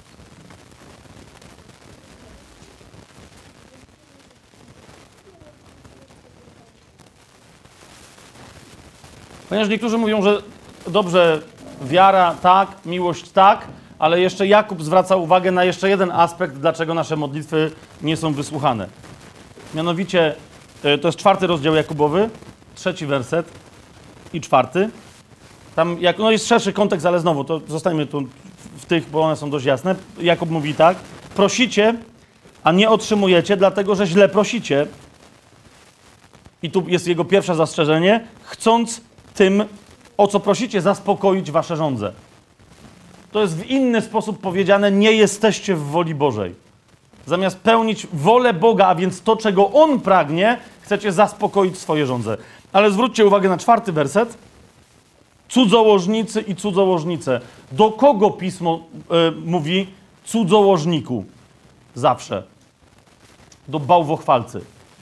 Ponieważ niektórzy mówią, że dobrze, wiara tak, miłość tak, ale jeszcze Jakub zwraca uwagę na jeszcze jeden aspekt, dlaczego nasze modlitwy nie są wysłuchane. Mianowicie, to jest 4 rozdział Jakubowy, 3 werset i 4. Tam no jest szerszy kontekst, ale znowu, to zostańmy tu w tych, bo one są dość jasne. Jakub mówi tak: prosicie, a nie otrzymujecie, dlatego że źle prosicie. I tu jest jego pierwsze zastrzeżenie, chcąc tym, o co prosicie, zaspokoić wasze żądze. To jest w inny sposób powiedziane: nie jesteście w woli Bożej. Zamiast pełnić wolę Boga, a więc to, czego On pragnie, chcecie zaspokoić swoje żądze. Ale zwróćcie uwagę na 4 werset. Cudzołożnicy i cudzołożnice. Do kogo Pismo mówi cudzołożniku? Zawsze. Do bałwochwalcy.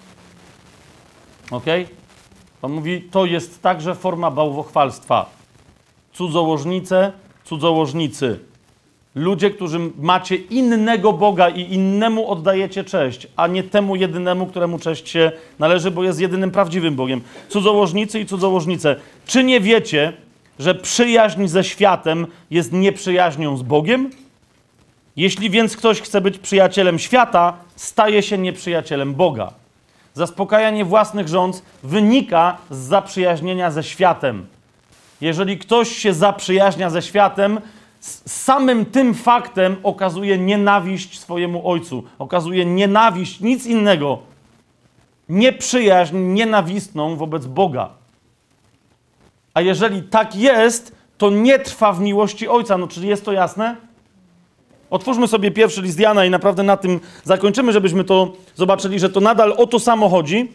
Ok? On mówi, to jest także forma bałwochwalstwa. Cudzołożnice, cudzołożnicy. Ludzie, którzy macie innego Boga i innemu oddajecie cześć, a nie temu jedynemu, któremu cześć się należy, bo jest jedynym prawdziwym Bogiem. Cudzołożnicy i cudzołożnice. Czy nie wiecie, że przyjaźń ze światem jest nieprzyjaźnią z Bogiem? Jeśli więc ktoś chce być przyjacielem świata, staje się nieprzyjacielem Boga. Zaspokajanie własnych żądz wynika z zaprzyjaźnienia ze światem. Jeżeli ktoś się zaprzyjaźnia ze światem, samym tym faktem okazuje nienawiść swojemu ojcu. Okazuje nienawiść, nic innego. Nieprzyjaźń nienawistną wobec Boga. A jeżeli tak jest, to nie trwa w miłości ojca. No, czyli jest to jasne? Otwórzmy sobie 1 list Jana i naprawdę na tym zakończymy, żebyśmy to zobaczyli, że to nadal o to samo chodzi.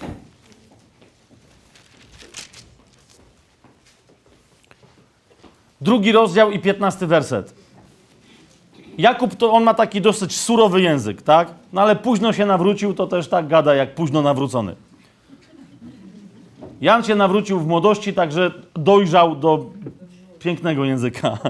Drugi rozdział i 15 werset. Jakub, to on ma taki dosyć surowy język, tak? No ale późno się nawrócił, to też tak gada jak późno nawrócony. Jan się nawrócił w młodości, także dojrzał do pięknego języka.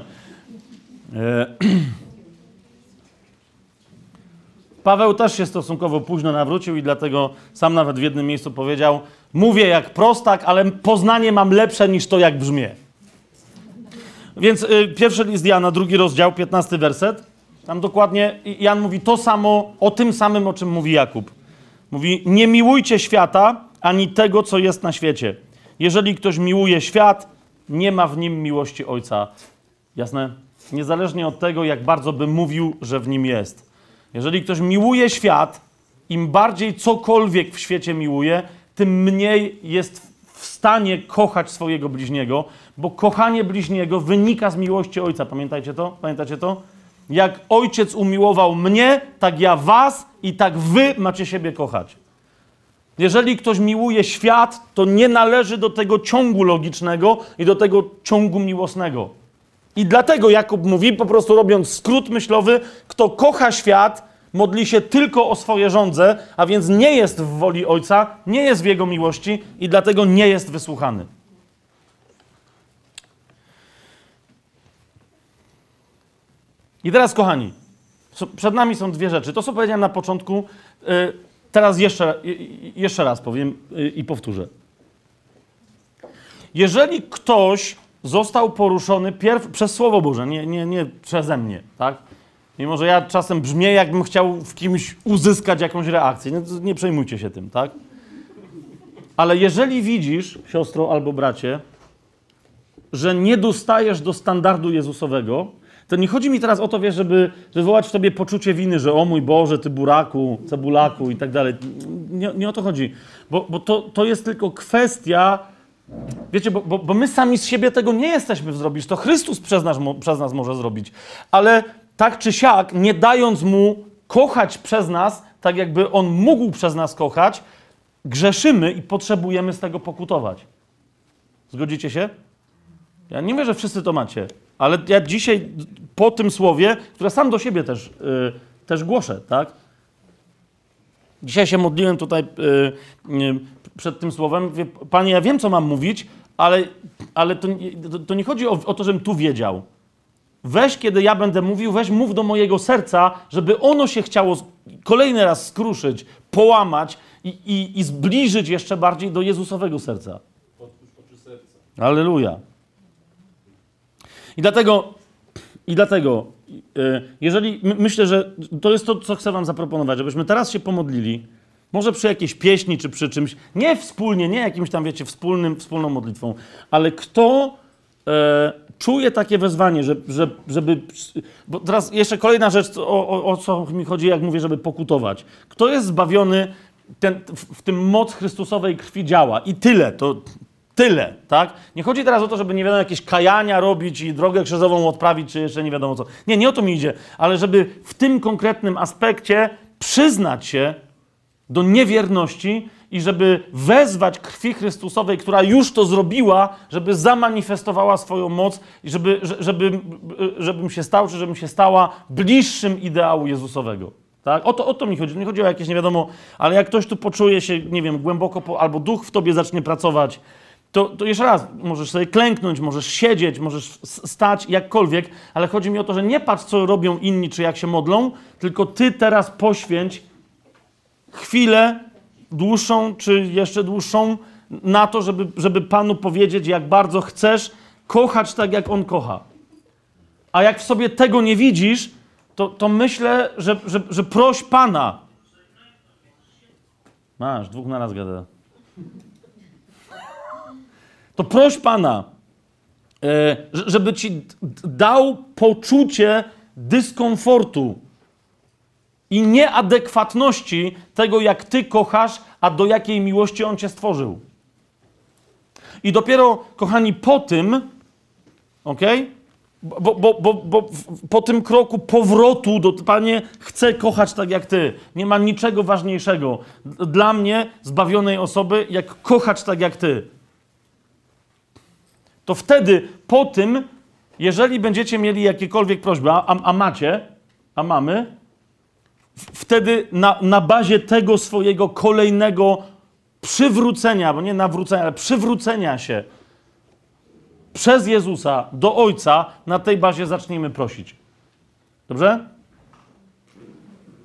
Paweł też się stosunkowo późno nawrócił i dlatego sam nawet w jednym miejscu powiedział: mówię jak prostak, ale poznanie mam lepsze niż to, jak brzmię. Więc 1 list Jana, 2 rozdział, 15 werset. Tam dokładnie Jan mówi to samo, o tym samym, o czym mówi Jakub. Mówi: nie miłujcie świata, ani tego, co jest na świecie. Jeżeli ktoś miłuje świat, nie ma w nim miłości Ojca. Jasne? Niezależnie od tego, jak bardzo by mówił, że w nim jest. Jeżeli ktoś miłuje świat, im bardziej cokolwiek w świecie miłuje, tym mniej jest w stanie kochać swojego bliźniego, bo kochanie bliźniego wynika z miłości Ojca. Pamiętajcie to? Pamiętacie to? Jak Ojciec umiłował mnie, tak ja was i tak wy macie siebie kochać. Jeżeli ktoś miłuje świat, to nie należy do tego ciągu logicznego i do tego ciągu miłosnego. I dlatego Jakub mówi, po prostu robiąc skrót myślowy, kto kocha świat, modli się tylko o swoje żądze, a więc nie jest w woli Ojca, nie jest w Jego miłości i dlatego nie jest wysłuchany. I teraz, kochani, przed nami są dwie rzeczy. To, co powiedziałem na początku, teraz jeszcze raz powiem i powtórzę. Jeżeli ktoś został poruszony przez Słowo Boże, nie przeze mnie, tak? Mimo że ja czasem brzmię, jakbym chciał w kimś uzyskać jakąś reakcję. Nie przejmujcie się tym, tak? Ale jeżeli widzisz, siostro albo bracie, że nie dostajesz do standardu Jezusowego, to nie chodzi mi teraz o to, wiesz, żeby wywołać w tobie poczucie winy, że o mój Boże, ty buraku, cebulaku i tak dalej. Nie o to chodzi. Bo to jest tylko kwestia, wiecie, bo my sami z siebie tego nie jesteśmy zrobić. To Chrystus przez nas może zrobić. Ale tak czy siak, nie dając Mu kochać przez nas, tak jakby On mógł przez nas kochać, grzeszymy i potrzebujemy z tego pokutować. Zgodzicie się? Ja nie wiem, że wszyscy to macie, ale ja dzisiaj po tym słowie, które sam do siebie też głoszę, tak? Dzisiaj się modliłem tutaj przed tym słowem. Mówię, Panie, ja wiem, co mam mówić, ale to nie chodzi o to, żebym tu wiedział. weź, kiedy ja będę mówił, weź mów do mojego serca, żeby ono się chciało kolejny raz skruszyć, połamać i zbliżyć jeszcze bardziej do Jezusowego serca. Otwórz oczy serca. Alleluja. I dlatego, jeżeli myślę, że to jest to, co chcę wam zaproponować, żebyśmy teraz się pomodlili, może przy jakiejś pieśni, czy przy czymś, nie wspólnie, nie jakimś tam, wiecie, wspólną modlitwą, ale kto czuje takie wezwanie, żeby... Bo teraz jeszcze kolejna rzecz, o co mi chodzi, jak mówię, żeby pokutować. Kto jest zbawiony, w tym moc Chrystusowej krwi działa i tyle, to tyle, tak? Nie chodzi teraz o to, żeby nie wiadomo jakieś kajania robić i drogę krzyżową odprawić, czy jeszcze nie wiadomo co. Nie o to mi idzie, ale żeby w tym konkretnym aspekcie przyznać się do niewierności i żeby wezwać krwi Chrystusowej, która już to zrobiła, żeby zamanifestowała swoją moc i żebym się stał, czy żebym się stała bliższym ideału Jezusowego. Tak? O to mi chodzi. Nie chodzi o jakieś nie wiadomo, ale jak ktoś tu poczuje się, nie wiem, głęboko, albo duch w tobie zacznie pracować, to jeszcze raz, możesz sobie klęknąć, możesz siedzieć, możesz stać, jakkolwiek, ale chodzi mi o to, że nie patrz, co robią inni, czy jak się modlą, tylko ty teraz poświęć chwilę dłuższą, czy jeszcze dłuższą na to, żeby Panu powiedzieć, jak bardzo chcesz kochać tak, jak On kocha. A jak w sobie tego nie widzisz, to myślę, że proś Pana. Masz, dwóch na raz gada. To proś Pana, żeby ci dał poczucie dyskomfortu i nieadekwatności tego, jak ty kochasz, a do jakiej miłości On cię stworzył. I dopiero, kochani, po tym, okej? Bo po tym kroku powrotu do Panie, chcę kochać tak jak Ty. Nie ma niczego ważniejszego dla mnie, zbawionej osoby, jak kochać tak jak Ty. To wtedy, po tym, jeżeli będziecie mieli jakiekolwiek prośby, a mamy, wtedy na bazie tego swojego kolejnego przywrócenia, bo nie nawrócenia, ale przywrócenia się przez Jezusa do Ojca, na tej bazie zacznijmy prosić. Dobrze?